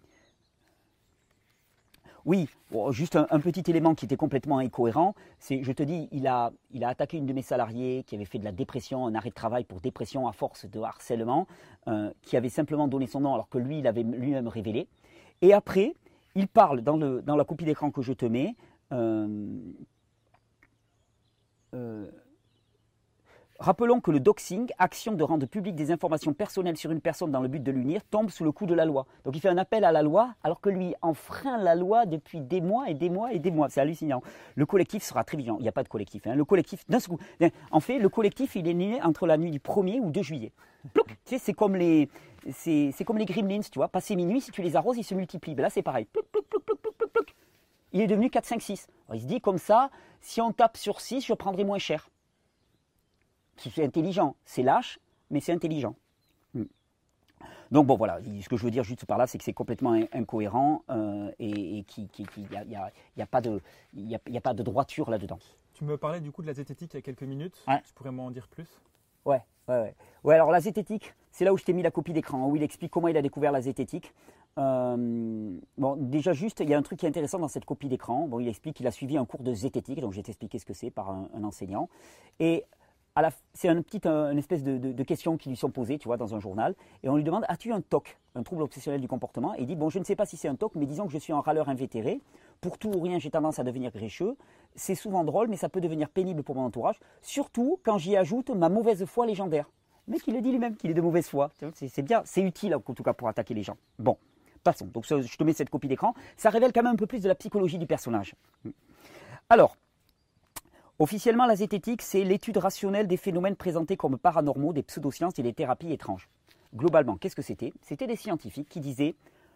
Oui, bon, juste un, un petit élément qui était complètement incohérent, c'est, je te dis, il a, il a attaqué une de mes salariés qui avait fait de la dépression, un arrêt de travail pour dépression à force de harcèlement, euh, qui avait simplement donné son nom alors que lui, il avait lui-même révélé. Et après, il parle dans, le, dans la copie d'écran que je te mets, euh, euh, rappelons que le doxing, action de rendre public des informations personnelles sur une personne dans le but de l'unir, tombe sous le coup de la loi. Donc il fait un appel à la loi, alors que lui enfreint la loi depuis des mois et des mois et des mois. C'est hallucinant. Le collectif sera très vigilant. Il n'y a pas de collectif. Hein. Le collectif, d'un seul coup. En fait, le collectif, il est né entre la nuit du premier ou deux juillet. Plouc, tu sais, c'est comme les, c'est, c'est comme les gremlins, tu vois. Passé minuit, si tu les arroses, ils se multiplient. Ben là, c'est pareil. Plouc, plouc, plouc, plouc, plouc, plouc. Il est devenu quatre, cinq, six. Alors, il se dit comme ça, si on tape sur six, je prendrai moins cher. C'est intelligent, c'est lâche, mais c'est intelligent. Donc bon voilà, ce que je veux dire juste par là, c'est que c'est complètement incohérent euh, et qu'il n'y a, y a, y a, pas de, y a, y a pas de droiture là-dedans. Tu me parlais du coup de la zététique il y a quelques minutes, ouais. Tu pourrais m'en dire plus? Ouais, ouais, ouais. Ouais, alors la zététique, c'est là où je t'ai mis la copie d'écran, où il explique comment il a découvert la zététique. Euh, bon, déjà juste, il y a un truc qui est intéressant dans cette copie d'écran. Bon, il explique qu'il a suivi un cours de zététique, donc je vais t'expliquer ce que c'est par un, un enseignant. Et c'est une petite un, une espèce de, de, de questions qui lui sont posées, tu vois, dans un journal, et on lui demande, as-tu un T O C, un trouble obsessionnel du comportement? Et il dit, bon, je ne sais pas si c'est un T O C, mais disons que je suis un râleur invétéré, pour tout ou rien, j'ai tendance à devenir grécheux, c'est souvent drôle, mais ça peut devenir pénible pour mon entourage, surtout quand j'y ajoute ma mauvaise foi légendaire. Le mec, il le dit lui-même qu'il est de mauvaise foi, c'est bien, c'est utile en tout cas pour attaquer les gens. Bon, passons, donc je te mets cette copie d'écran, ça révèle quand même un peu plus de la psychologie du personnage. Alors, officiellement, la zététique, c'est l'étude rationnelle des phénomènes présentés comme paranormaux, des pseudosciences et des thérapies étranges. Globalement, qu'est-ce que c'était? C'était des scientifiques qui disaient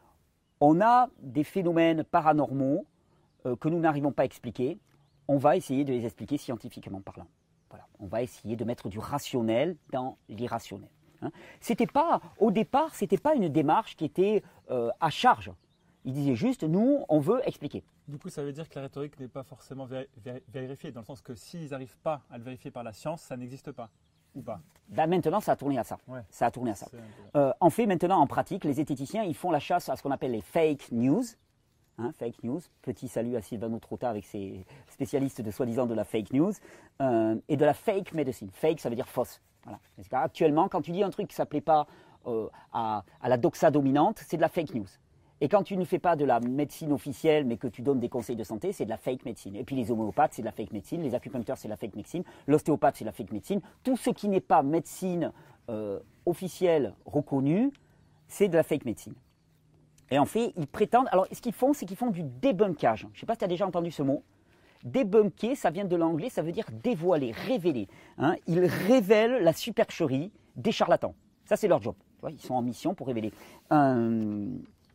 on a des phénomènes paranormaux euh, que nous n'arrivons pas à expliquer, on va essayer de les expliquer scientifiquement parlant. Voilà. On va essayer de mettre du rationnel dans l'irrationnel. Hein. C'était pas, au départ, ce n'était pas une démarche qui était euh, à charge. Ils disaient juste, nous, on veut expliquer. Du coup, ça veut dire que la rhétorique n'est pas forcément vé vé vérifiée, dans le sens que s'ils n'arrivent pas à le vérifier par la science, ça n'existe pas, ou pas? Ben maintenant, ça a tourné à ça. Ouais. Ça a tourné à ça. Euh, en fait, maintenant, en pratique, les zététiciens, ils font la chasse à ce qu'on appelle les fake news. Hein, fake news. Petit salut à Silvano Trotta avec ses spécialistes de soi-disant de la fake news. Euh, et de la fake medicine. Fake, ça veut dire fausse. Voilà. Actuellement, quand tu dis un truc qui ne s'appelait pas euh, à, à la doxa dominante, c'est de la fake news. Et quand tu ne fais pas de la médecine officielle, mais que tu donnes des conseils de santé, c'est de la fake médecine. Et puis les homéopathes, c'est de la fake médecine. Les acupuncteurs, c'est de la fake médecine. L'ostéopathe, c'est de la fake médecine. Tout ce qui n'est pas médecine euh, officielle reconnue, c'est de la fake médecine. Et en fait, ils prétendent... Alors, ce qu'ils font, c'est qu'ils font du débunkage. Je ne sais pas si tu as déjà entendu ce mot. Débunker, ça vient de l'anglais, ça veut dire dévoiler, révéler. Hein. Ils révèlent la supercherie des charlatans. Ça, c'est leur job. Ils sont en mission pour révéler. Euh,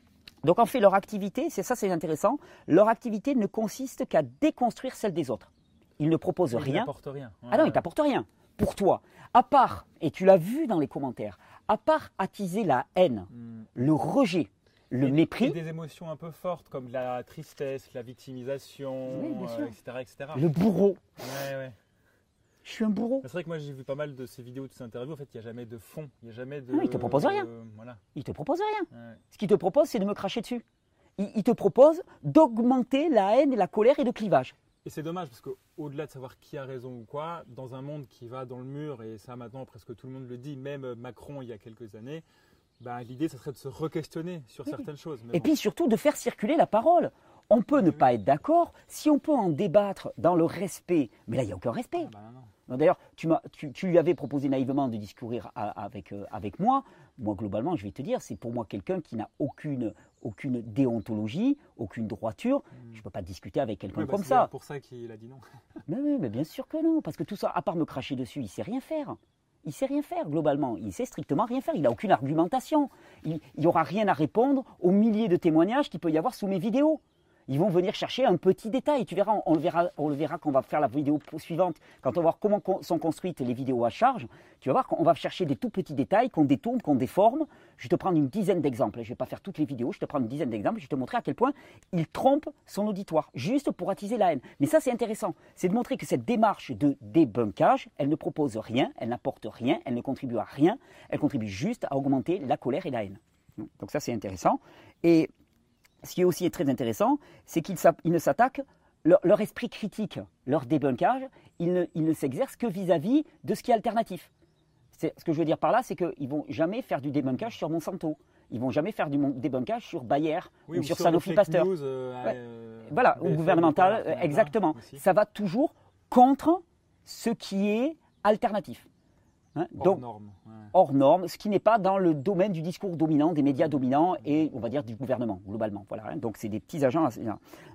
Donc en fait, leur activité, c'est ça c'est intéressant, leur activité ne consiste qu'à déconstruire celle des autres. Ils ne proposent Ils rien. n'apportent rien. Ouais, Ah non, ouais. ils ne t'apportent rien. Pour toi, à part, et tu l'as vu dans les commentaires, à part attiser la haine, Mm. le rejet, le Et- mépris, Et des émotions un peu fortes comme la tristesse, la victimisation, Oui, bien sûr. euh, et cetera, et cetera. le bourreau. Ouais, ouais. Je suis un bourreau. C'est vrai que moi j'ai vu pas mal de ces vidéos, de ces interviews. En fait, il n'y a jamais de fond, il n'y a jamais de. Non, ils te proposent rien. euh, voilà. Il ne te propose rien. Ouais. Ce qu'il te propose, c'est de me cracher dessus. Il, il te propose d'augmenter la haine, et la colère et le clivage. Et c'est dommage parce qu'au-delà de savoir qui a raison ou quoi, dans un monde qui va dans le mur, et ça maintenant presque tout le monde le dit, même Macron il y a quelques années, bah, l'idée ça serait de se re-questionner sur Oui. certaines choses. Mais Et bon. puis surtout de faire circuler la parole. On peut ne Oui, pas oui. être d'accord, si on peut en débattre dans le respect, mais là il n'y a aucun respect. Ah, bah, non, non. Non, D'ailleurs, tu, m'as- tu- tu lui avais proposé naïvement de discourir à- avec, euh, avec moi. Moi, globalement, je vais te dire, c'est pour moi quelqu'un qui n'a aucune, aucune déontologie, aucune droiture. Je ne peux pas discuter avec quelqu'un Oui, bah, comme c'est ça. d'ailleurs pour ça qu'il a dit non. Mais oui, mais bien sûr que non, parce que tout ça, à part me cracher dessus, il ne sait rien faire. Il ne sait rien faire, globalement. Il ne sait strictement rien faire. Il n'a aucune argumentation. Il n'y aura rien à répondre aux milliers de témoignages qu'il peut y avoir sous mes vidéos. Ils vont venir chercher un petit détail. Tu verras, on le verra, on le verra quand on va faire la vidéo suivante, quand on va voir comment con- sont construites les vidéos à charge. Tu vas voir qu'on va chercher des tout petits détails qu'on détourne, qu'on déforme. Je vais te prendre une dizaine d'exemples. Je ne vais pas faire toutes les vidéos, je te prends une dizaine d'exemples. Je vais te montrer à quel point il trompe son auditoire, juste pour attiser la haine. Mais ça, c'est intéressant. C'est de montrer que cette démarche de débunkage, elle ne propose rien, elle n'apporte rien, elle ne contribue à rien. Elle contribue juste à augmenter la colère et la haine. Donc ça, c'est intéressant. Et ce qui est aussi très intéressant, c'est qu'ils s'app- ils ne s'attaquent, leur, leur esprit critique, leur débunkage, il ne, il ne s'exerce que vis-à-vis de ce qui est alternatif. C'est- ce que je veux dire par là, c'est qu'ils ne vont jamais faire du débunkage sur Monsanto. Ils ne vont jamais faire du mon- débunkage sur Bayer Oui, ou, ou sur le Sanofi fake Pasteur. news, euh, Ouais. euh, Voilà, B ou F M, gouvernemental, voilà, euh, voilà, exactement. aussi. Ça va toujours contre ce qui est alternatif. Hein, Hors donc, norme. Ouais. hors norme, ce qui n'est pas dans le domaine du discours dominant, des médias dominants et, on va dire, du gouvernement, globalement. Voilà, hein. Donc, c'est des petits agents. assez-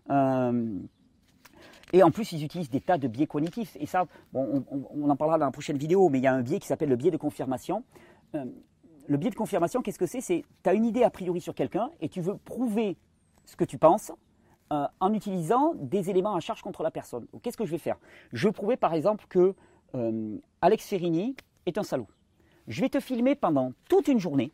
Euh, et en plus, ils utilisent des tas de biais cognitifs. Et ça, bon, on, on- on en parlera dans la prochaine vidéo, mais il y a un biais qui s'appelle le biais de confirmation. Euh, le biais de confirmation, qu'est-ce que c'est? C'est tu as une idée a priori sur quelqu'un et tu veux prouver ce que tu penses euh, en utilisant des éléments à charge contre la personne. Donc, qu'est-ce que je vais faire? Je veux prouver, par exemple, que euh, Alex Ferrini est un salaud. Je vais te filmer pendant toute une journée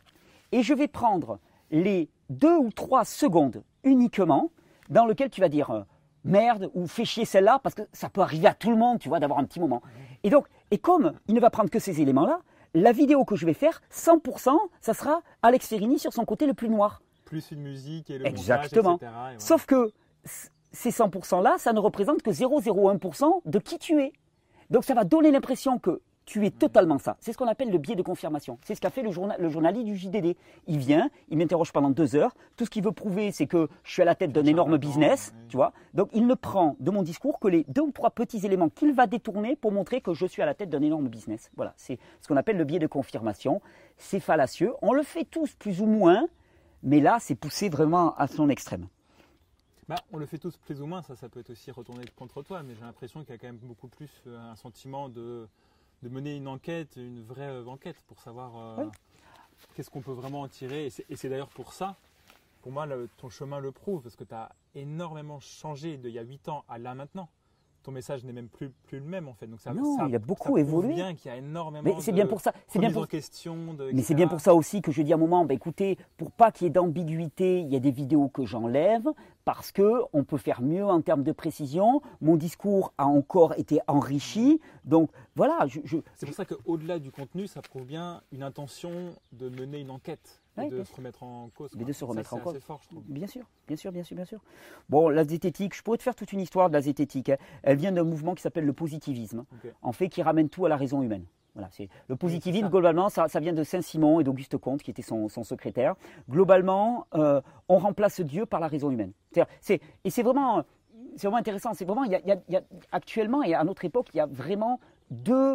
et je vais prendre les deux ou trois secondes uniquement dans lesquelles tu vas dire euh, merde ou fais chier celle-là parce que ça peut arriver à tout le monde, tu vois, d'avoir un petit moment. Et donc, et comme il ne va prendre que ces éléments-là, la vidéo que je vais faire, cent pour cent, ça sera Alex Ferrini sur son côté le plus noir. Plus une musique et le Exactement. montage, et cetera. Et voilà. Sauf que c- ces cent pour cent-là, ça ne représente que zéro virgule zéro un pour cent de qui tu es. Donc ça va donner l'impression que tu es totalement ça. C'est ce qu'on appelle le biais de confirmation. C'est ce qu'a fait le, journa- le journaliste du J D D. Il vient, il m'interroge pendant deux heures. Tout ce qu'il veut prouver, c'est que je suis à la tête d'un énorme business. oui. Tu vois. Donc il ne prend de mon discours que les deux ou trois petits éléments qu'il va détourner pour montrer que je suis à la tête d'un énorme business. Voilà, c'est ce qu'on appelle le biais de confirmation. C'est fallacieux. On le fait tous plus ou moins, mais là, c'est poussé vraiment à son extrême. Bah, on le fait tous plus ou moins, ça, ça peut être aussi retourné contre toi, mais j'ai l'impression qu'il y a quand même beaucoup plus euh, un sentiment de, de mener une enquête, une vraie euh, enquête pour savoir euh, Oui. qu'est-ce qu'on peut vraiment en tirer. Et c'est, et c'est d'ailleurs pour ça, pour moi, le- ton chemin le prouve, parce que tu as énormément changé d'il y a huit ans à là maintenant. Ton message n'est même plus, plus le même en fait. Donc ça, Non, ça- il a beaucoup ça prouve évolué. bien qu'il y a énormément Mais c'est de bien pour ça. C'est bien remise pour en question. De, Mais c'est bien pour ça aussi que je dis à un moment, bah écoutez, pour pas qu'il y ait d'ambiguïté, il y a des vidéos que j'enlève parce que on peut faire mieux en termes de précision. Mon discours a encore été enrichi, donc voilà. Je, je- C'est pour ça qu'au-delà du contenu, ça prouve bien une intention de mener une enquête et Ouais, de bien se remettre en cause. Mais quoi. de se Ça, remettre c'est en cause. assez fort, je trouve. Bien sûr, bien sûr, bien sûr, bien sûr. Bon, la zététique, je pourrais te faire toute une histoire de la zététique. hein. Elle vient d'un mouvement qui s'appelle le positivisme, Ok. en fait, qui ramène tout à la raison humaine. Voilà, c'est le positivisme, ça. globalement, ça, ça vient de Saint-Simon et d'Auguste Comte, qui était son, son secrétaire. Globalement, euh, on remplace Dieu par la raison humaine. C'est-à-dire, c'est- et c'est vraiment, c'est vraiment intéressant. C'est vraiment, il y a, il y a- il y a- actuellement et à notre époque, il y a vraiment deux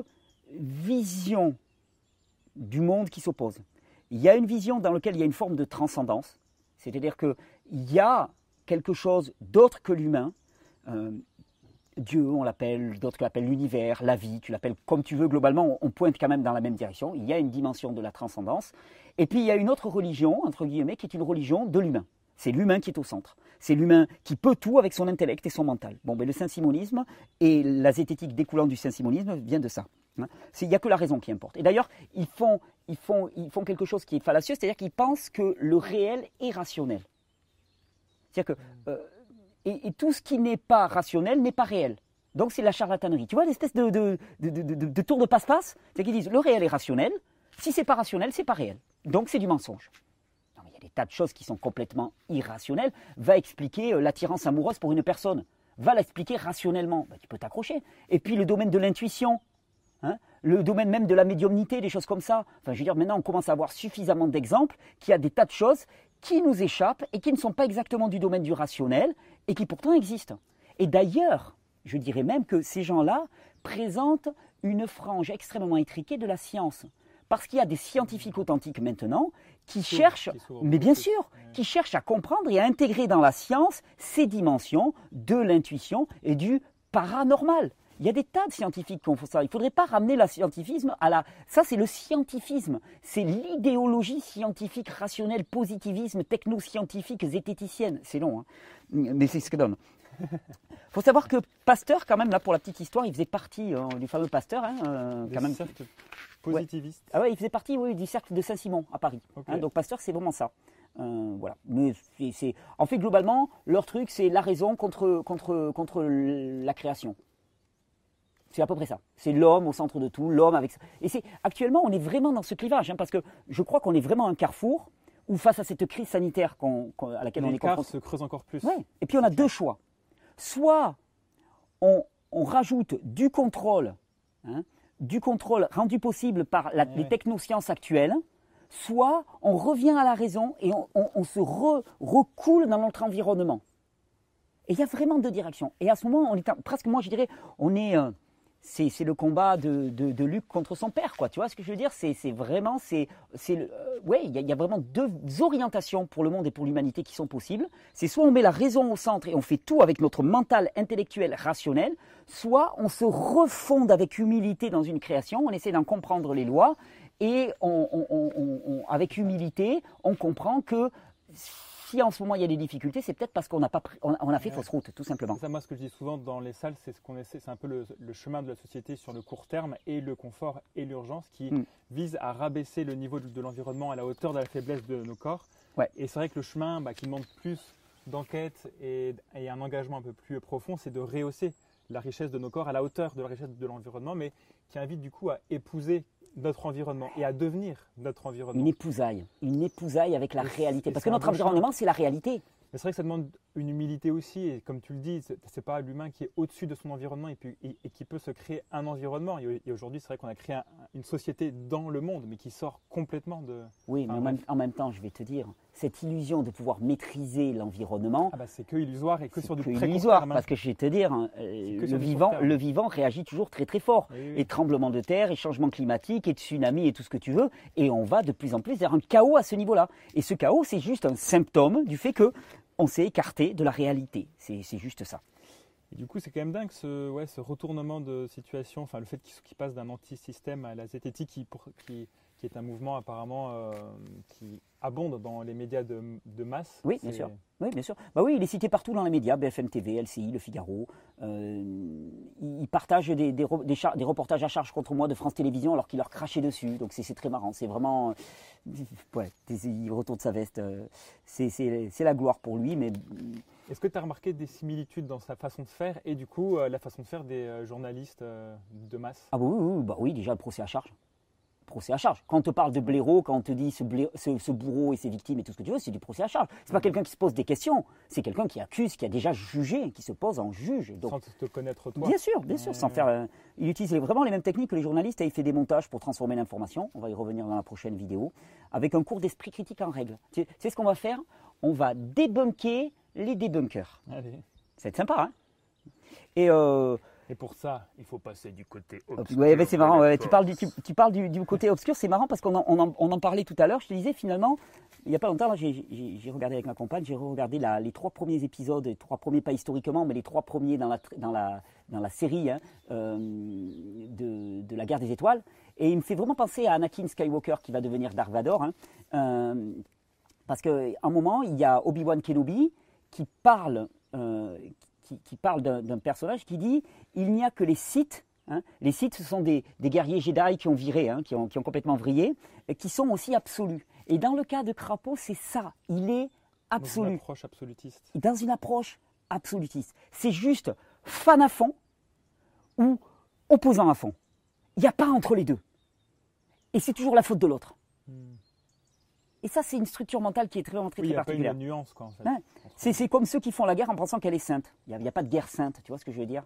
visions du monde qui s'opposent. Il y a une vision dans laquelle il y a une forme de transcendance, c'est-à-dire qu'il y a quelque chose d'autre que l'humain. Euh, Dieu, on l'appelle, d'autres l'appellent l'univers, la vie, tu l'appelles comme tu veux, globalement, on pointe quand même dans la même direction. Il y a une dimension de la transcendance. Et puis il y a une autre religion, entre guillemets, qui est une religion de l'humain. C'est l'humain qui est au centre. C'est l'humain qui peut tout avec son intellect et son mental. Bon, ben, le saint-simonisme et la zététique découlant du saint-simonisme vient de ça. Hein. Il n'y a que la raison qui importe. Et d'ailleurs, ils font, ils, font, ils font quelque chose qui est fallacieux, c'est-à-dire qu'ils pensent que le réel est rationnel. C'est-à-dire que euh, et, et tout ce qui n'est pas rationnel n'est pas réel. Donc c'est de la charlatanerie. Tu vois l'espèce de, de, de, de, de, de tour de passe-passe. C'est qu'ils disent le réel est rationnel. Si c'est pas rationnel, c'est pas réel. Donc c'est du mensonge. Non, mais il y a des tas de choses qui sont complètement irrationnelles. Va expliquer euh, l'attirance amoureuse pour une personne. Va l'expliquer rationnellement. Ben, tu peux t'accrocher. Et puis le domaine de l'intuition. Hein, le domaine même de la médiumnité, des choses comme ça. Enfin, je veux dire, maintenant, on commence à avoir suffisamment d'exemples qu'il y a des tas de choses qui nous échappent et qui ne sont pas exactement du domaine du rationnel et qui pourtant existent. Et d'ailleurs, je dirais même que ces gens-là présentent une frange extrêmement étriquée de la science. Parce qu'il y a des scientifiques authentiques maintenant qui S'ouvre, cherchent, qui s'ouvre mais bien beaucoup. sûr, Ouais. qui cherchent à comprendre et à intégrer dans la science ces dimensions de l'intuition et du paranormal. Il y a des tas de scientifiques qui font ça. Il ne faudrait pas ramener le scientifisme à la... Ça, c'est le scientifisme. C'est l'idéologie scientifique, rationnelle, positivisme, technoscientifique, zététicienne. C'est long, hein, mais c'est ce que donne. Il faut savoir que Pasteur, quand même, là, pour la petite histoire, il faisait partie euh, du fameux Pasteur. Hein, euh, Des quand même. cercles positivistes. Ah ouais, il faisait partie oui, du cercle de Saint-Simon à Paris. Ok. Hein, donc Pasteur, c'est vraiment ça. Euh, voilà. Mais c'est, c'est... En fait, globalement, leur truc, c'est la raison contre, contre, contre la création. C'est à peu près ça. C'est l'homme au centre de tout, l'homme avec ça. Et c'est, actuellement, on est vraiment dans ce clivage, hein, parce que je crois qu'on est vraiment à un carrefour où, face à cette crise sanitaire qu'on, qu'on- à laquelle on est L'écart confronté. se creuse encore plus. Ouais. Et puis on a deux choix. Soit on, on rajoute du contrôle, hein, du contrôle rendu possible par la- Ouais, les ouais. technosciences actuelles, soit on revient à la raison et on, on- on se re- recoule dans notre environnement. Et il y a vraiment deux directions. Et à ce moment, on est un- presque, moi je dirais, on est, euh, c'est, c'est le combat de, de, de Luc contre son père, quoi. Tu vois ce que je veux dire? C'est, c'est vraiment, c'est, c'est le- euh, ouais, il y, a- il y a vraiment deux orientations pour le monde et pour l'humanité qui sont possibles. C'est soit on met la raison au centre et on fait tout avec notre mental intellectuel rationnel, soit on se refonde avec humilité dans une création, on essaie d'en comprendre les lois et on, on- on- on- on- avec humilité, on comprend que si en ce moment il y a des difficultés, c'est peut-être parce qu'on n'a pas pris- on a, on a fait Ouais. fausse route, tout simplement. C'est ça, moi, ce que je dis souvent dans les salles, c'est ce qu'on essaie, c'est un peu le, le chemin de la société sur le court terme et le confort et l'urgence qui Mm. vise à rabaisser le niveau de, de l'environnement à la hauteur de la faiblesse de nos corps. Ouais. Et c'est vrai que le chemin bah, qui demande plus d'enquête et, et un engagement un peu plus profond, c'est de rehausser la richesse de nos corps à la hauteur de la richesse de l'environnement, mais qui invite du coup à épouser notre environnement et à devenir notre environnement. Une épousaille, une épousaille avec la Et- réalité. et Parce c'est que un notre beau chemin. environnement, c'est la réalité. Mais c'est vrai que ça demande une humilité aussi, et comme tu le dis, c'est, c'est pas l'humain qui est au-dessus de son environnement et, puis, et, et qui peut se créer un environnement. Et, et aujourd'hui, c'est vrai qu'on a créé un- une société dans le monde, mais qui sort complètement de. Oui, mais Ah, en, bref. même, en même temps, je vais te dire, cette illusion de pouvoir maîtriser l'environnement, Ah bah c'est que illusoire et que c'est sur du que très court illusoire. terme, hein. Parce que je vais te dire, hein, euh, C'est que le, sur du vivant, court terme. le vivant réagit toujours très très fort. Oui, oui. Et tremblements de terre, et changements climatiques, et tsunamis, et tout ce que tu veux. Et on va de plus en plus vers un chaos à ce niveau-là. Et ce chaos, c'est juste un symptôme du fait que on s'est écarté de la réalité. C'est, c'est juste ça. Et du coup, c'est quand même dingue ce, ouais, ce retournement de situation, enfin le fait qu'il, qu'il passe d'un anti-système à la zététique qui, pour- qui, qui est un mouvement apparemment euh, qui abonde dans les médias de, de masse. Oui, bien C'est- sûr. Oui, bien sûr. Bah oui, il est cité partout dans les médias, B F M T V, L C I, Le Figaro. Euh, il il partage des, des, re- des char- des reportages à charge contre moi de France Télévisions alors qu'il leur crachait dessus. Donc c'est, c'est très marrant. C'est vraiment... euh, ouais, c'est- il retourne sa veste. euh, C'est, c'est, c'est la gloire pour lui, mais Est-ce que tu as remarqué des similitudes dans sa façon de faire et du coup euh, la façon de faire des euh, journalistes euh, de masse? ah bah oui, oui, bah oui, déjà le procès à charge. Procès à charge. Quand on te parle de blaireau, quand on te dit ce, blai- ce, ce bourreau et ses victimes et tout ce que tu veux, c'est du procès à charge. C'est pas quelqu'un qui se pose des questions, c'est quelqu'un qui accuse, qui a déjà jugé, qui se pose en juge. Et donc, Sans te connaître toi. bien sûr, bien sûr, Ouais, sans ouais. faire. euh, il utilise vraiment les mêmes techniques que les journalistes et il fait des montages pour transformer l'information. On va y revenir dans la prochaine vidéo. Avec un cours d'esprit critique en règle. Tu sais ce qu'on va faire? On va débunker les débunkers. Allez. C'est sympa, hein? Et, euh, Et pour ça, il faut passer du côté obscur. Oui, c'est marrant. Ouais, tu parles, du, tu, tu parles du, du côté obscur. C'est marrant parce qu'on en, on en, on en parlait tout à l'heure. Je te disais finalement, il n'y a pas longtemps, j'ai regardé avec ma compagne, j'ai regardé les trois premiers épisodes, les trois premiers pas historiquement, mais les trois premiers dans la, dans la, dans la série hein, euh, de, de la Guerre des Étoiles. Et il me fait vraiment penser à Anakin Skywalker qui va devenir Dark Vador. Hein, euh, parce qu'à un moment, il y a Obi-Wan Kenobi qui parle... Euh, Qui, qui parle d'un personnage qui dit « il n'y a que les Sith hein, ». Les Sith, ce sont des, des guerriers Jedi qui ont viré, hein, qui, ont, qui ont complètement vrillé, et qui sont aussi absolus. Et dans le cas de Crapaud, c'est ça, il est absolu. Dans une approche absolutiste. Dans une approche absolutiste. C'est juste fan à fond ou opposant à fond. Il n'y a pas entre les deux. Et c'est toujours la faute de l'autre. Hmm. Et ça, c'est une structure mentale qui est très, très, oui, très particulière. Il y a pas une nuance, quoi, en fait. Ouais. C'est comme ceux qui font la guerre en pensant qu'elle est sainte. Il n'y a, a pas de guerre sainte, tu vois ce que je veux dire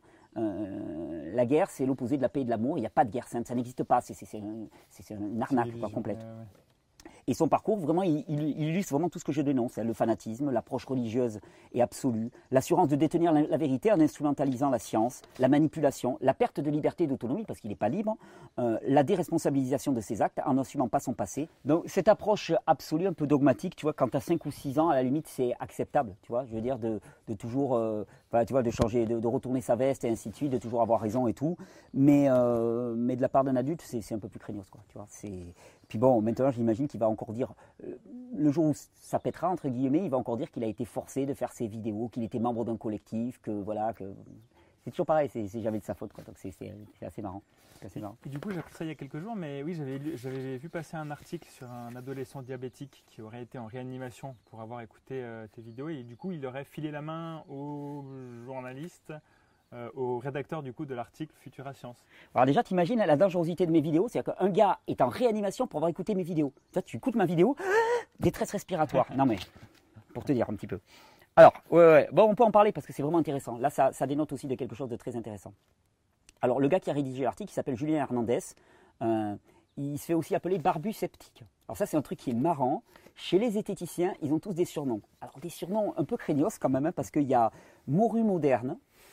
euh, La guerre, c'est l'opposé de la paix et de l'amour. Il n'y a pas de guerre sainte, ça n'existe pas. C'est un, une arnaque quoi, complète. Ouais, ouais. Et son parcours, vraiment, il, il, il illustre vraiment tout ce que je dénonce. Le fanatisme, l'approche religieuse et absolue, l'assurance de détenir la, la vérité en instrumentalisant la science, la manipulation, la perte de liberté et d'autonomie, parce qu'il n'est pas libre, euh, la déresponsabilisation de ses actes en n'assumant pas son passé. Donc cette approche absolue, un peu dogmatique, tu vois, quand tu as cinq ou six ans, à la limite, c'est acceptable, tu vois, je veux dire, de, de toujours, euh, voilà, tu vois, de changer, de, de retourner sa veste et ainsi de suite, de toujours avoir raison et tout. Mais, euh, mais de la part d'un adulte, c'est un peu plus craignos, quoi, tu vois, c'est... Puis bon, maintenant, j'imagine qu'il va encore dire, euh, le jour où ça pètera, entre guillemets, il va encore dire qu'il a été forcé de faire ses vidéos, qu'il était membre d'un collectif, que voilà, que... C'est toujours pareil, c'est jamais de sa faute, quoi. Donc c'est assez marrant. assez marrant. Et du coup, j'ai appris ça il y a quelques jours, mais oui, j'avais vu passer un article sur un adolescent diabétique qui aurait été en réanimation pour avoir écouté euh, tes vidéos, et du coup, il aurait filé la main au journaliste, Euh, au rédacteur du coup de l'article Futura Science. Alors déjà, tu imagines la dangerosité de mes vidéos, c'est-à-dire qu'un gars est en réanimation pour avoir écouté mes vidéos. Toi, tu écoutes ma vidéo, détresse respiratoire. Non mais, pour te dire un petit peu. Alors, ouais, ouais, bon, on peut en parler parce que c'est vraiment intéressant. Là, ça, ça dénote aussi de quelque chose de très intéressant. Alors, le gars qui a rédigé l'article, il s'appelle Julien Hernandez. Euh, il se fait aussi appeler Barbu Sceptique. Alors ça, c'est un truc qui est marrant. Chez les zététiciens, ils ont tous des surnoms. Alors, des surnoms un peu craignos quand même, hein, parce qu'il y a Morue Moderne,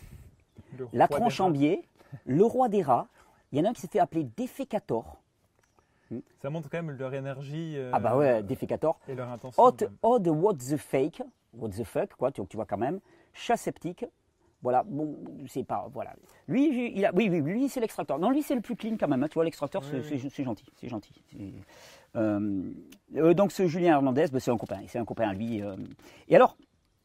la tronche en biais, le roi des rats. Il y en a un qui s'est fait appeler Défécator. Ça montre quand même leur énergie. Euh, ah bah ouais, Défécator. Et leur intention. Odd, odd what the fake, what the fuck, quoi, tu, tu vois quand même. Chat sceptique. Voilà, bon, c'est pas, voilà. Lui, il a, oui, oui, lui, c'est l'extracteur. Non, lui, c'est le plus clean quand même. Hein, tu vois, l'extracteur, oui, c'est oui. gentil, c'est gentil. Euh, euh, donc, ce Julien Hernandez, bah, c'est un copain, c'est un copain à lui. Euh. Et alors,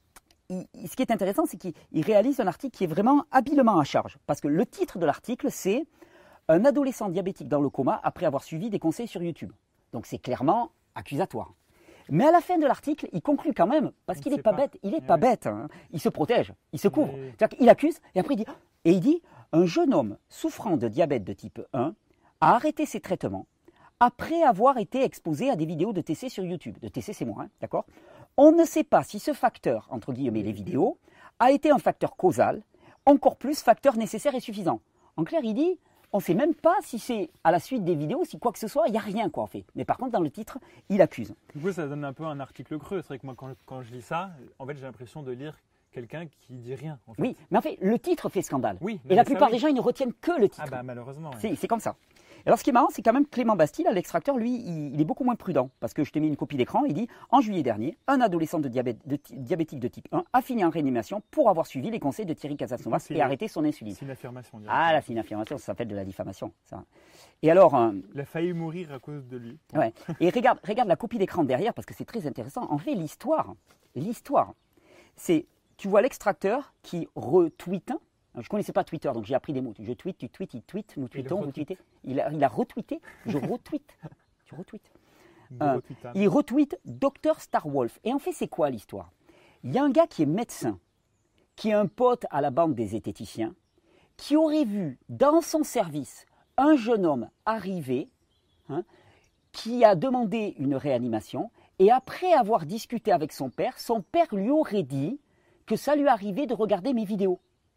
ce qui est intéressant, c'est qu'il réalise un article qui est vraiment habilement à charge. Parce que le titre de l'article, c'est « Un adolescent diabétique dans le coma après avoir suivi des conseils sur YouTube ». Donc c'est clairement accusatoire. Mais à la fin de l'article, il conclut quand même, parce qu'il n'est pas, pas bête, il n'est oui. pas bête, hein. Il se protège, il se couvre. Oui. C'est-à-dire qu'il accuse, et après il dit « Et il dit, un jeune homme souffrant de diabète de type un a arrêté ses traitements après avoir été exposé à des vidéos de T C sur YouTube. » De T C, c'est moi, hein, d'accord ? On ne sait pas si ce facteur, entre guillemets les vidéos, a été un facteur causal, encore plus facteur nécessaire et suffisant. En clair, il dit, on ne sait même pas si c'est à la suite des vidéos, si quoi que ce soit, il n'y a rien quoi en fait. Mais par contre, dans le titre, il accuse. Du coup, ça donne un peu un article creux. C'est vrai que moi, quand, quand je lis ça, en fait, j'ai l'impression de lire quelqu'un qui dit rien. En fait. Oui, mais en fait, le titre fait scandale. Oui, et la plupart oui. des gens, ils ne retiennent que le titre. Ah bah malheureusement. Oui. C'est comme ça. Alors ce qui est marrant, c'est quand même Clément Bastille, l'extracteur, lui, il, il est beaucoup moins prudent. Parce que je t'ai mis une copie d'écran, il dit « En juillet dernier, un adolescent de diabète, de, diabétique de type un a fini en réanimation pour avoir suivi les conseils de Thierry Casanovas et arrêté son insuline. » C'est une affirmation. Ah là, c'est une affirmation, ça s'appelle de la diffamation. Ça. Et alors... Euh, il a failli mourir à cause de lui. Ouais. Et regarde, regarde la copie d'écran derrière, parce que c'est très intéressant. En fait, l'histoire, l'histoire, c'est, tu vois l'extracteur qui retweet. Je ne connaissais pas Twitter, donc j'ai appris des mots. Je tweet, tu tweets, il tweet, nous tweetons, vous tweetez. Il a, il a retweeté, je retweet. Tu retweets. Euh, il retweet Docteur Starwolf. Et en fait, c'est quoi l'histoire? Il y a un gars qui est médecin, qui est un pote à la bande des zététiciens, qui aurait vu dans son service un jeune homme arriver, hein, qui a demandé une réanimation, et après avoir discuté avec son père, son père lui aurait dit que ça lui arrivait de regarder mes vidéos.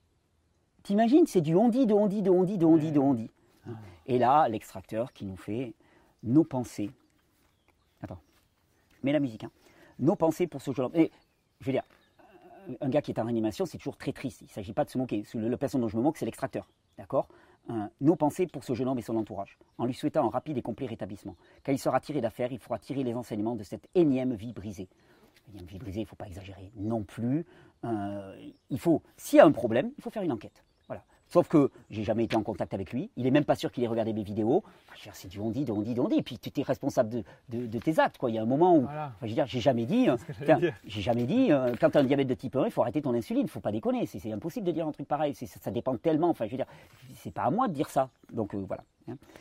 T'imagines, c'est du on-dit, de on-dit, de on-dit, de on-dit, de on-dit. Et là, l'extracteur qui nous fait nos pensées. Attends, mets la musique. Hein. Nos pensées pour ce jeune homme. Et, je veux dire, un gars qui est en réanimation, c'est toujours très triste. Il ne s'agit pas de se moquer. Le, la personne dont je me moque, c'est l'extracteur. d'accord, euh, nos pensées pour ce jeune homme et son entourage, en lui souhaitant un rapide et complet rétablissement. Quand il sera tiré d'affaire, il faudra tirer les enseignements de cette énième vie brisée. Énième vie brisée, il ne faut pas exagérer non plus. Euh, il faut, s'il y a un problème, il faut faire une enquête. Voilà. Sauf que j'ai jamais été en contact avec lui, il n'est même pas sûr qu'il ait regardé mes vidéos. Enfin, c'est du on dit, de on dit, de on dit. Et puis tu es responsable de, de, de tes actes, quoi. Il y a un moment où, Voilà. enfin, je veux dire, j'ai jamais dit, euh, j'ai jamais dit, euh, quand tu as un diabète de type un, il faut arrêter ton insuline, il ne faut pas déconner. C'est impossible de dire un truc pareil. Ça, ça dépend tellement. Enfin, je veux dire, c'est pas à moi de dire ça. Donc euh, voilà.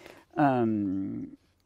Euh,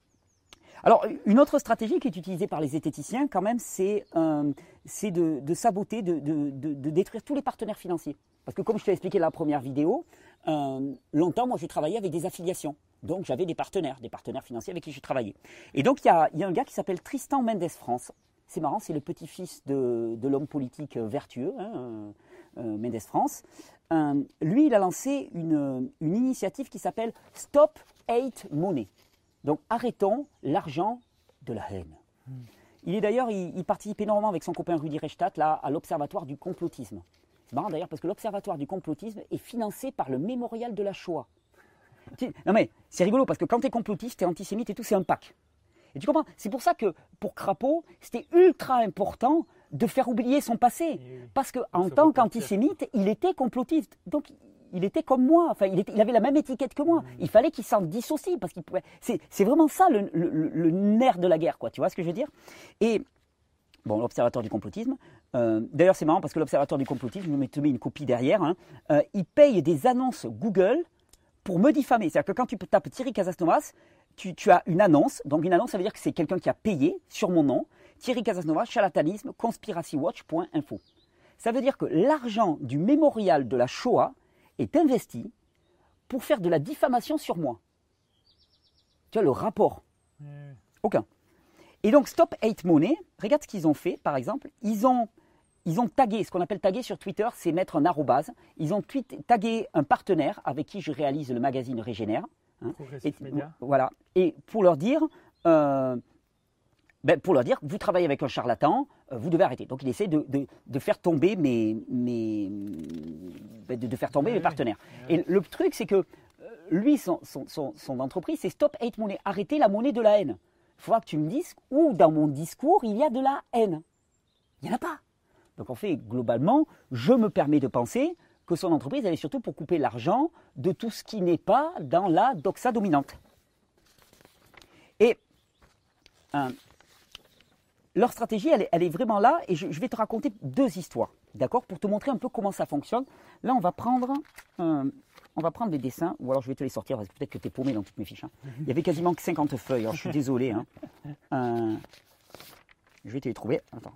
Alors, une autre stratégie qui est utilisée par les zététiciens, quand même, c'est euh, de, de saboter, de, de, de, de détruire tous les partenaires financiers. Parce que comme je t'ai expliqué dans la première vidéo, euh, longtemps, moi, j'ai travaillé avec des affiliations. Donc, j'avais des partenaires, des partenaires financiers avec qui j'ai travaillé. Et donc, il y a, y a un gars qui s'appelle Tristan Mendes France. C'est marrant, c'est le petit-fils de, de l'homme politique vertueux, hein, euh, Mendes France. Euh, lui, il a lancé une, une initiative qui s'appelle Stop Hate Money. Donc, arrêtons l'argent de la haine. Mmh. Il est d'ailleurs, il, il participe énormément avec son copain Rudy Reichstadt là, à l'Observatoire du complotisme. C'est marrant d'ailleurs parce que l'Observatoire du complotisme est financé par le Mémorial de la Shoah. Non mais, c'est rigolo parce que quand tu es complotiste, tu es antisémite et tout, c'est un pack. Et tu comprends? C'est pour ça que pour Crapaud, c'était ultra important de faire oublier son passé. Parce qu'en tant qu'antisémite, il était complotiste. Donc, il était comme moi, enfin, il, était, il avait la même étiquette que moi. Il fallait qu'il s'en dissocie parce qu'il pouvait. C'est vraiment ça le, le, le nerf de la guerre, quoi. Tu vois ce que je veux dire? Et bon, l'Observatoire du complotisme. Euh, D'ailleurs, c'est marrant parce que l'Observatoire du complotisme, je me te mets une copie derrière. Hein, euh, il paye des annonces Google pour me diffamer. C'est-à-dire que quand tu tapes Thierry Casasnovas, tu, tu as une annonce. Donc une annonce, ça veut dire que c'est quelqu'un qui a payé sur mon nom. Thierry Casasnovas, charlatanisme, conspiracywatch point info. Ça veut dire que l'argent du mémorial de la Shoah est investi pour faire de la diffamation sur moi. Tu vois le rapport? mmh. Aucun. Et donc Stop Hate Money, regarde ce qu'ils ont fait par exemple. Ils ont, ils ont tagué, ce qu'on appelle taguer sur Twitter, c'est mettre un arrobase. Ils ont tweet, tagué un partenaire avec qui je réalise le magazine Régénère. Hein, et, voilà. Et pour leur dire... Euh, Ben, pour leur dire, vous travaillez avec un charlatan, euh, vous devez arrêter. Donc il essaie de, de, de faire tomber mes, mes, de, de faire tomber oui, mes partenaires. Oui. Et le truc, c'est que euh, lui, son, son, son, son entreprise, c'est Stop Hate Money, arrêter la monnaie de la haine. Il faudra que tu me dises où dans mon discours il y a de la haine. Il n'y en a pas. Donc en fait, globalement, je me permets de penser que son entreprise, elle est surtout pour couper l'argent de tout ce qui n'est pas dans la doxa dominante. Et... Euh, leur stratégie, elle est, elle est vraiment là, et je, je vais te raconter deux histoires, d'accord, pour te montrer un peu comment ça fonctionne. Là, on va prendre, euh, on va prendre des dessins, ou alors je vais te les sortir, parce que peut-être que tu es paumé dans toutes mes fiches. Hein. Il y avait quasiment que cinquante feuilles, alors je suis désolé. Hein. Euh, je vais te les trouver. Attends.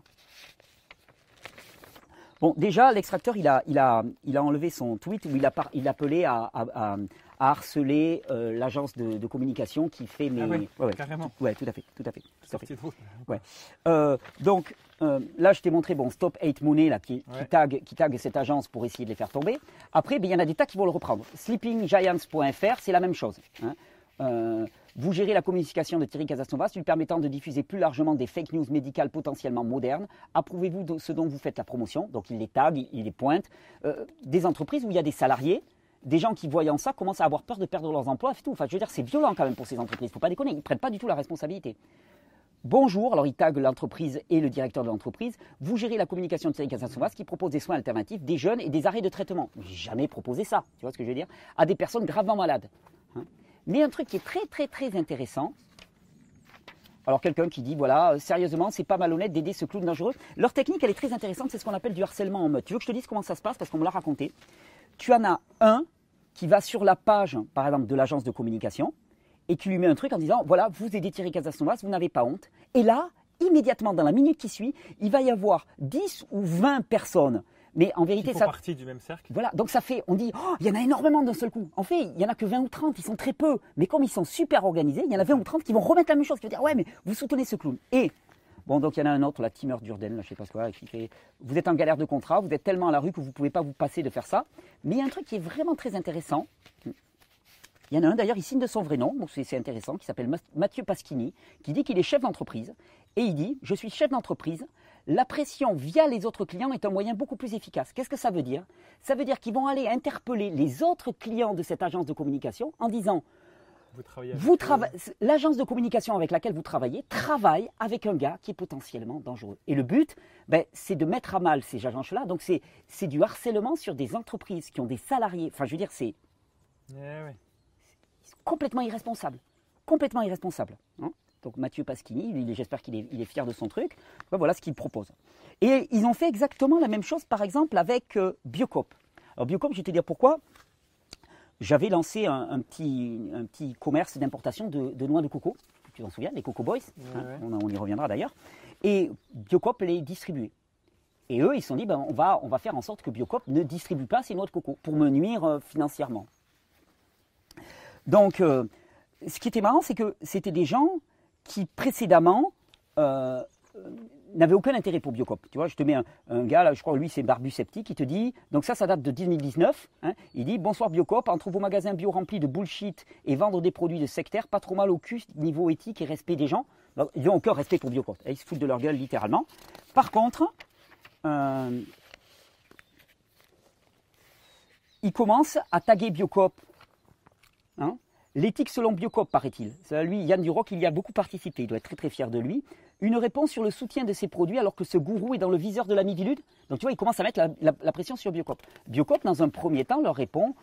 Bon, déjà, l'extracteur, il a, il, a, il a enlevé son tweet où il, a par, il appelait à, à, à, à harceler euh, l'agence de, de communication qui fait mes... Ah oui, ouais, ouais, carrément. Tout, ouais, tout à fait, tout à fait. Tout à fait. Ouais. Euh, donc, euh, là, je t'ai montré, bon, Stop Hate Money, là, qui, ouais. qui, tag, qui tag cette agence pour essayer de les faire tomber. Après, ben, il y en a des tas qui vont le reprendre. sleeping giants point F R, c'est la même chose. Hein. Euh, vous gérez la communication de Thierry Casasnovas, lui permettant de diffuser plus largement des fake news médicales potentiellement modernes. Approuvez-vous de ce dont vous faites la promotion? Donc il les tag, il les pointe. Euh, des entreprises où il y a des salariés, des gens qui, voyant ça, commencent à avoir peur de perdre leurs emplois et tout. Enfin, je veux dire, c'est violent quand même pour ces entreprises. Il ne faut pas déconner, ils ne prennent pas du tout la responsabilité. Bonjour, alors il tag l'entreprise et le directeur de l'entreprise. Vous gérez la communication de Thierry Casasnovas qui propose des soins alternatifs, des jeunes et des arrêts de traitement. J'ai jamais proposé ça, tu vois ce que je veux dire, à des personnes gravement malades. Hein. Mais un truc qui est très très très intéressant, alors quelqu'un qui dit, voilà, euh, sérieusement, c'est pas malhonnête d'aider ce clown dangereux. Leur technique, elle est très intéressante, c'est ce qu'on appelle du harcèlement en meute. Tu veux que je te dise comment ça se passe, parce qu'on me l'a raconté. Tu en as un qui va sur la page, par exemple, de l'agence de communication, et qui lui met un truc en disant, voilà, vous aidez Thierry Casasnovas, vous n'avez pas honte. Et là, immédiatement, dans la minute qui suit, il va y avoir dix ou vingt personnes. Mais en vérité, qui font ça. partie du même cercle. Voilà, donc ça fait, on dit, oh, il y en a énormément d'un seul coup. En fait, il n'y en a que vingt ou trente, ils sont très peu. Mais comme ils sont super organisés, il y en a vingt ou trente qui vont remettre la même chose, qui vont dire, ouais, mais vous soutenez ce clown. Et, bon, donc il y en a un autre, la Timur Durden, là, je sais pas quoi, qui fait, vous êtes en galère de contrat, vous êtes tellement à la rue que vous ne pouvez pas vous passer de faire ça. Mais il y a un truc qui est vraiment très intéressant. Il y en a un, d'ailleurs, il signe de son vrai nom, donc c'est intéressant, qui s'appelle Mathieu Paschini, qui dit qu'il est chef d'entreprise. Et il dit, je suis chef d'entreprise, la pression via les autres clients est un moyen beaucoup plus efficace. Qu'est-ce que ça veut dire? Ça veut dire qu'ils vont aller interpeller les autres clients de cette agence de communication en disant Vous travaillez vous trava- l'agence de communication avec laquelle vous travaillez travaille avec un gars qui est potentiellement dangereux. Et le but, ben, c'est de mettre à mal ces agences-là. Donc c'est, c'est du harcèlement sur des entreprises qui ont des salariés. Enfin, je veux dire, c'est Eh ouais. complètement irresponsable. Complètement irresponsable. Hein. Donc Mathieu Pasquini, il est- j'espère qu'il est, il est fier de son truc. Ben, voilà ce qu'il propose. Et ils ont fait exactement la même chose, par exemple, avec euh, Biocoop. Alors Biocoop, je vais te dire pourquoi. J'avais lancé un, un, petit, un petit commerce d'importation de, de noix de coco. Tu t'en souviens, les Coco Boys, Ouais, hein, ouais. on, on y reviendra d'ailleurs. Et Biocoop les distribuait. Et eux, ils se sont dit, ben, on, va, on va faire en sorte que Biocoop ne distribue pas ces noix de coco pour me nuire euh, financièrement. Donc, euh, ce qui était marrant, c'est que c'était des gens qui précédemment euh, euh, n'avaient aucun intérêt pour Biocoop. Tu vois, je te mets un, un gars, là, je crois, lui, c'est Barbu Sceptique, qui te dit, donc ça, ça date de deux mille dix-neuf, hein, il dit, bonsoir Biocoop, entre vos magasins bio remplis de bullshit et vendre des produits de sectaire, pas trop mal au cul, niveau éthique et respect des gens. Donc, ils n'ont aucun respect pour Biocoop, ils se foutent de leur gueule, littéralement. Par contre, euh, ils commencent à taguer Biocoop. Hein. L'éthique selon Biocoop, paraît-il. Ça, lui, Yann Duroc, il y a beaucoup participé. Il doit être très très fier de lui. Une réponse sur le soutien de ses produits alors que ce gourou est dans le viseur de la Miviludes. Donc tu vois, il commence à mettre la, la- la pression sur Biocoop. Biocoop, dans un premier temps, leur répond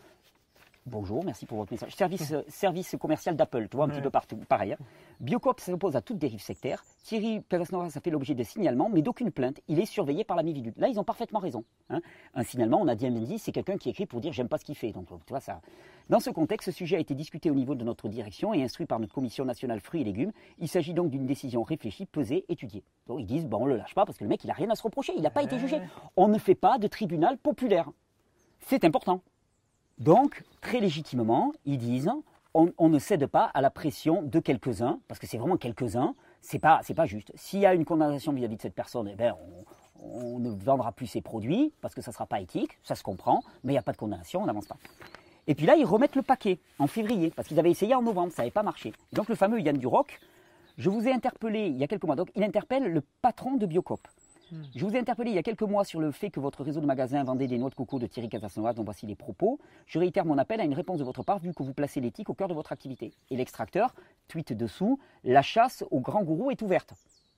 « Bonjour, merci pour votre message. Service, euh, service commercial d'Apple, tu vois, un Ouais. petit peu partout. Pareil. Hein. Biocoop s'oppose à toute dérive sectaire. Thierry Casasnovas a fait l'objet de signalements, mais d'aucune plainte. Il est surveillé par la Miviludes. Là, ils ont parfaitement raison. Hein. Un signalement, on a bien dit, c'est quelqu'un qui écrit pour dire « j'aime pas ce qu'il fait ». Donc tu vois, ça... Dans ce contexte, ce sujet a été discuté au niveau de notre direction et instruit par notre commission nationale fruits et légumes. Il s'agit donc d'une décision réfléchie, pesée, étudiée. Donc ils disent, bon, on ne le lâche pas parce que le mec, il n'a rien à se reprocher, il n'a pas été jugé. On ne fait pas de tribunal populaire. C'est important. Donc, très légitimement, ils disent, on, on ne cède pas à la pression de quelques-uns, parce que c'est vraiment quelques-uns, c'est pas, c'est pas juste. S'il y a une condamnation vis-à-vis de cette personne, eh ben, on, on ne vendra plus ses produits, parce que ça ne sera pas éthique, ça se comprend, mais il n'y a pas de condamnation, on n'avance pas. Et puis là, ils remettent le paquet en février, parce qu'ils avaient essayé en novembre, ça n'avait pas marché. Et donc le fameux Yann Duroc, je vous ai interpellé il y a quelques mois, donc il interpelle le patron de Biocoop. Hmm. Je vous ai interpellé il y a quelques mois sur le fait que votre réseau de magasins vendait des noix de coco de Thierry Casasnovas, dont voici les propos. Je réitère mon appel à une réponse de votre part, vu que vous placez l'éthique au cœur de votre activité. Et l'extracteur tweet dessous, la chasse au grand gourou est ouverte.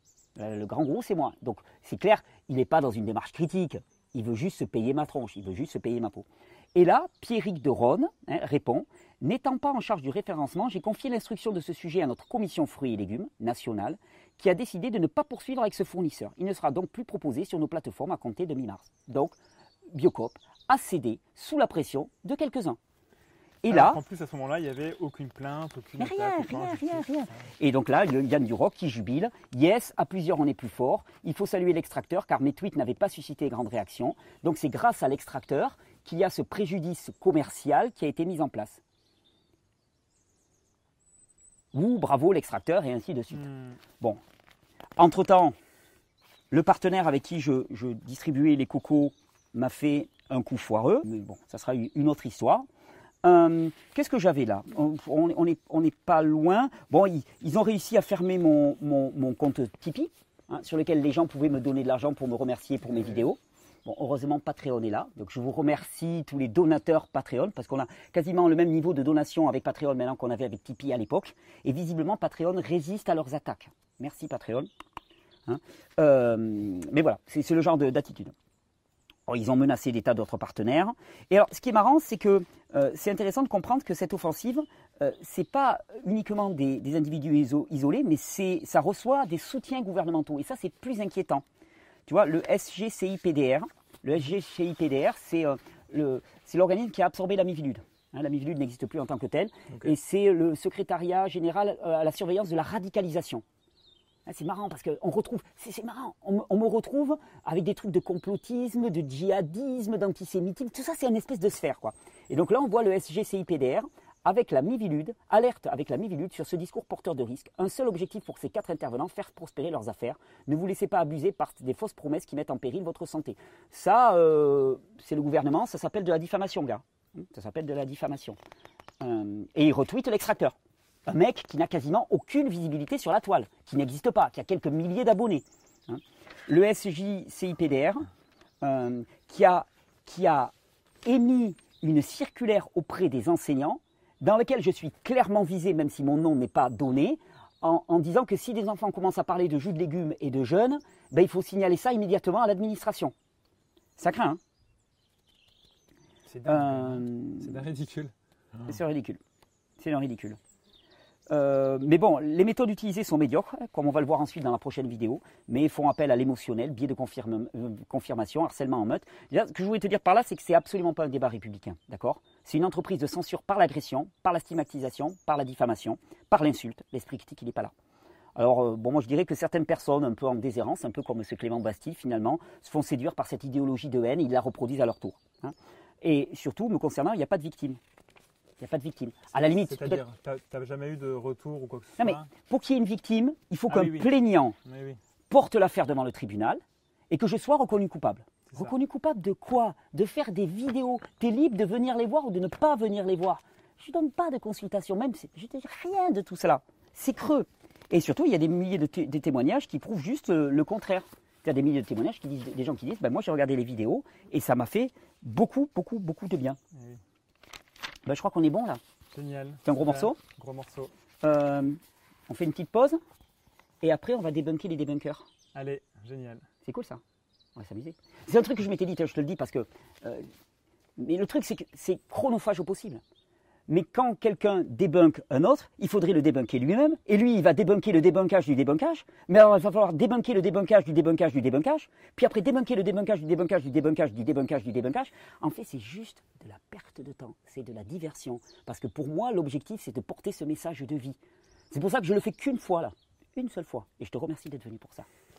Le grand gourou, c'est moi. Donc c'est clair, il n'est pas dans une démarche critique, il veut juste se payer ma tronche, il veut juste se payer ma peau. Et là, Pierrick de Rhône hein, répond « N'étant pas en charge du référencement, j'ai confié l'instruction de ce sujet à notre commission fruits et légumes nationale qui a décidé de ne pas poursuivre avec ce fournisseur. Il ne sera donc plus proposé sur nos plateformes à compter de mi-mars. » Donc, Biocoop a cédé sous la pression de quelques-uns. Et Alors là, en plus, à ce moment-là, il n'y avait aucune plainte, aucune rien, attaque, aucun rien, justice. rien, rien. Et donc là, il y a Yann Duroc qui jubile. Yes, à plusieurs, on est plus fort. Il faut saluer l'extracteur car mes tweets n'avaient pas suscité grande réaction. Donc c'est grâce à l'extracteur qu'il y a ce préjudice commercial qui a été mis en place. Ou bravo l'extracteur et ainsi de suite. Hmm. Bon, entre-temps, le partenaire avec qui je, je distribuais les cocos m'a fait un coup foireux. Mais bon, ça sera une autre histoire. Euh, Qu'est-ce que j'avais là? On n'est on est, on est pas loin. Bon, ils, ils ont réussi à fermer mon, mon, mon compte Tipeee, hein, sur lequel les gens pouvaient me donner de l'argent pour me remercier pour mes vidéos. Bon, heureusement, Patreon est là. Donc, je vous remercie tous les donateurs Patreon, parce qu'on a quasiment le même niveau de donation avec Patreon maintenant qu'on avait avec Tipeee à l'époque. Et visiblement, Patreon résiste à leurs attaques. Merci Patreon. Hein, euh, mais voilà, c'est le genre d'attitude. Ils ont menacé des tas d'autres partenaires. Et alors, ce qui est marrant, c'est que euh, c'est intéressant de comprendre que cette offensive, euh, ce n'est pas uniquement des, des individus iso isolés, mais ça reçoit des soutiens gouvernementaux. Et ça, c'est plus inquiétant. Tu vois, le S G C I P D R, le S G C I P D R, c'est euh, l'organisme qui a absorbé la Miviludes. Hein, la Miviludes n'existe plus en tant que telle. Okay. Et c'est le secrétariat général à la surveillance de la radicalisation. C'est marrant parce qu'on retrouve, c'est marrant, on, on me retrouve avec des trucs de complotisme, de djihadisme, d'antisémitisme, tout ça c'est une espèce de sphère quoi. Et donc là on voit le S G C I P D R avec la Miviludes, alerte avec la Miviludes sur ce discours porteur de risque. Un seul objectif pour ces quatre intervenants, faire prospérer leurs affaires. Ne vous laissez pas abuser par des fausses promesses qui mettent en péril votre santé. Ça, euh, c'est le gouvernement, ça s'appelle de la diffamation gars. Ça s'appelle de la diffamation. Euh, et il retweet l'extracteur. Un mec qui n'a quasiment aucune visibilité sur la toile, qui n'existe pas, qui a quelques milliers d'abonnés. Hein. le S J C I P D R, euh, qui, a, qui a émis une circulaire auprès des enseignants dans laquelle je suis clairement visé, même si mon nom n'est pas donné, en, en disant que si des enfants commencent à parler de jus de légumes et de jeûne, ben, il faut signaler ça immédiatement à l'administration. Ça craint, hein? C'est dingue. Euh, C'est d'un ridicule. C'est ridicule. C'est un ridicule. Euh, mais bon, les méthodes utilisées sont médiocres, comme on va le voir ensuite dans la prochaine vidéo, mais font appel à l'émotionnel, biais de confirme, euh, confirmation, harcèlement en meute. Déjà, ce que je voulais te dire par là, c'est que c'est absolument pas un débat républicain, d'accord? C'est une entreprise de censure par l'agression, par la stigmatisation, par la diffamation, par l'insulte. L'esprit critique, il n'est pas là. Alors, euh, bon, moi je dirais que certaines personnes, un peu en déshérence, un peu comme M. Clément Bastille, finalement, se font séduire par cette idéologie de haine, ils la reproduisent à leur tour. Hein. Et surtout, me concernant, il n'y a pas de victime. Il n'y a pas de victime. À la limite, c'est-à-dire, tu n'as jamais eu de retour ou quoi que ce non, soit? mais pour qu'il y ait une victime, il faut Ah qu'un oui, oui. plaignant Oui, oui. porte l'affaire devant le tribunal et que je sois reconnu coupable. C'est ça. Reconnu coupable de quoi? De faire des vidéos. Tu es libre de venir les voir ou de ne pas venir les voir. Je ne donne pas de consultation, même si je ne dis rien de tout cela. C'est creux. Et surtout, il y a des milliers de, té- de témoignages qui prouvent juste le, le contraire. Il y a des milliers de témoignages qui disent, des gens qui disent, ben moi j'ai regardé les vidéos et ça m'a fait beaucoup, beaucoup, beaucoup de bien. Oui, oui. Ben, je crois qu'on est bon là. Génial. C'est un gros Super. morceau. Gros morceau. Euh, on fait une petite pause et après on va débunker les débunkers. Allez, génial. C'est cool ça. On va s'amuser. C'est un truc que je m'étais dit, je te le dis parce que. Euh, mais le truc c'est que c'est chronophage au possible. Mais quand quelqu'un débunk un autre, il faudrait le débunker lui-même. Et lui, il va débunker le débunkage du débunkage. Mais alors, il va falloir débunker le débunkage du débunkage du débunkage. Puis après, débunker le débunkage du débunkage du débunkage du débunkage du débunkage. En fait, c'est juste de la perte de temps. C'est de la diversion. Parce que pour moi, l'objectif, c'est de porter ce message de vie. C'est pour ça que je le fais qu'une fois là. Une seule fois. Et je te remercie d'être venu pour ça.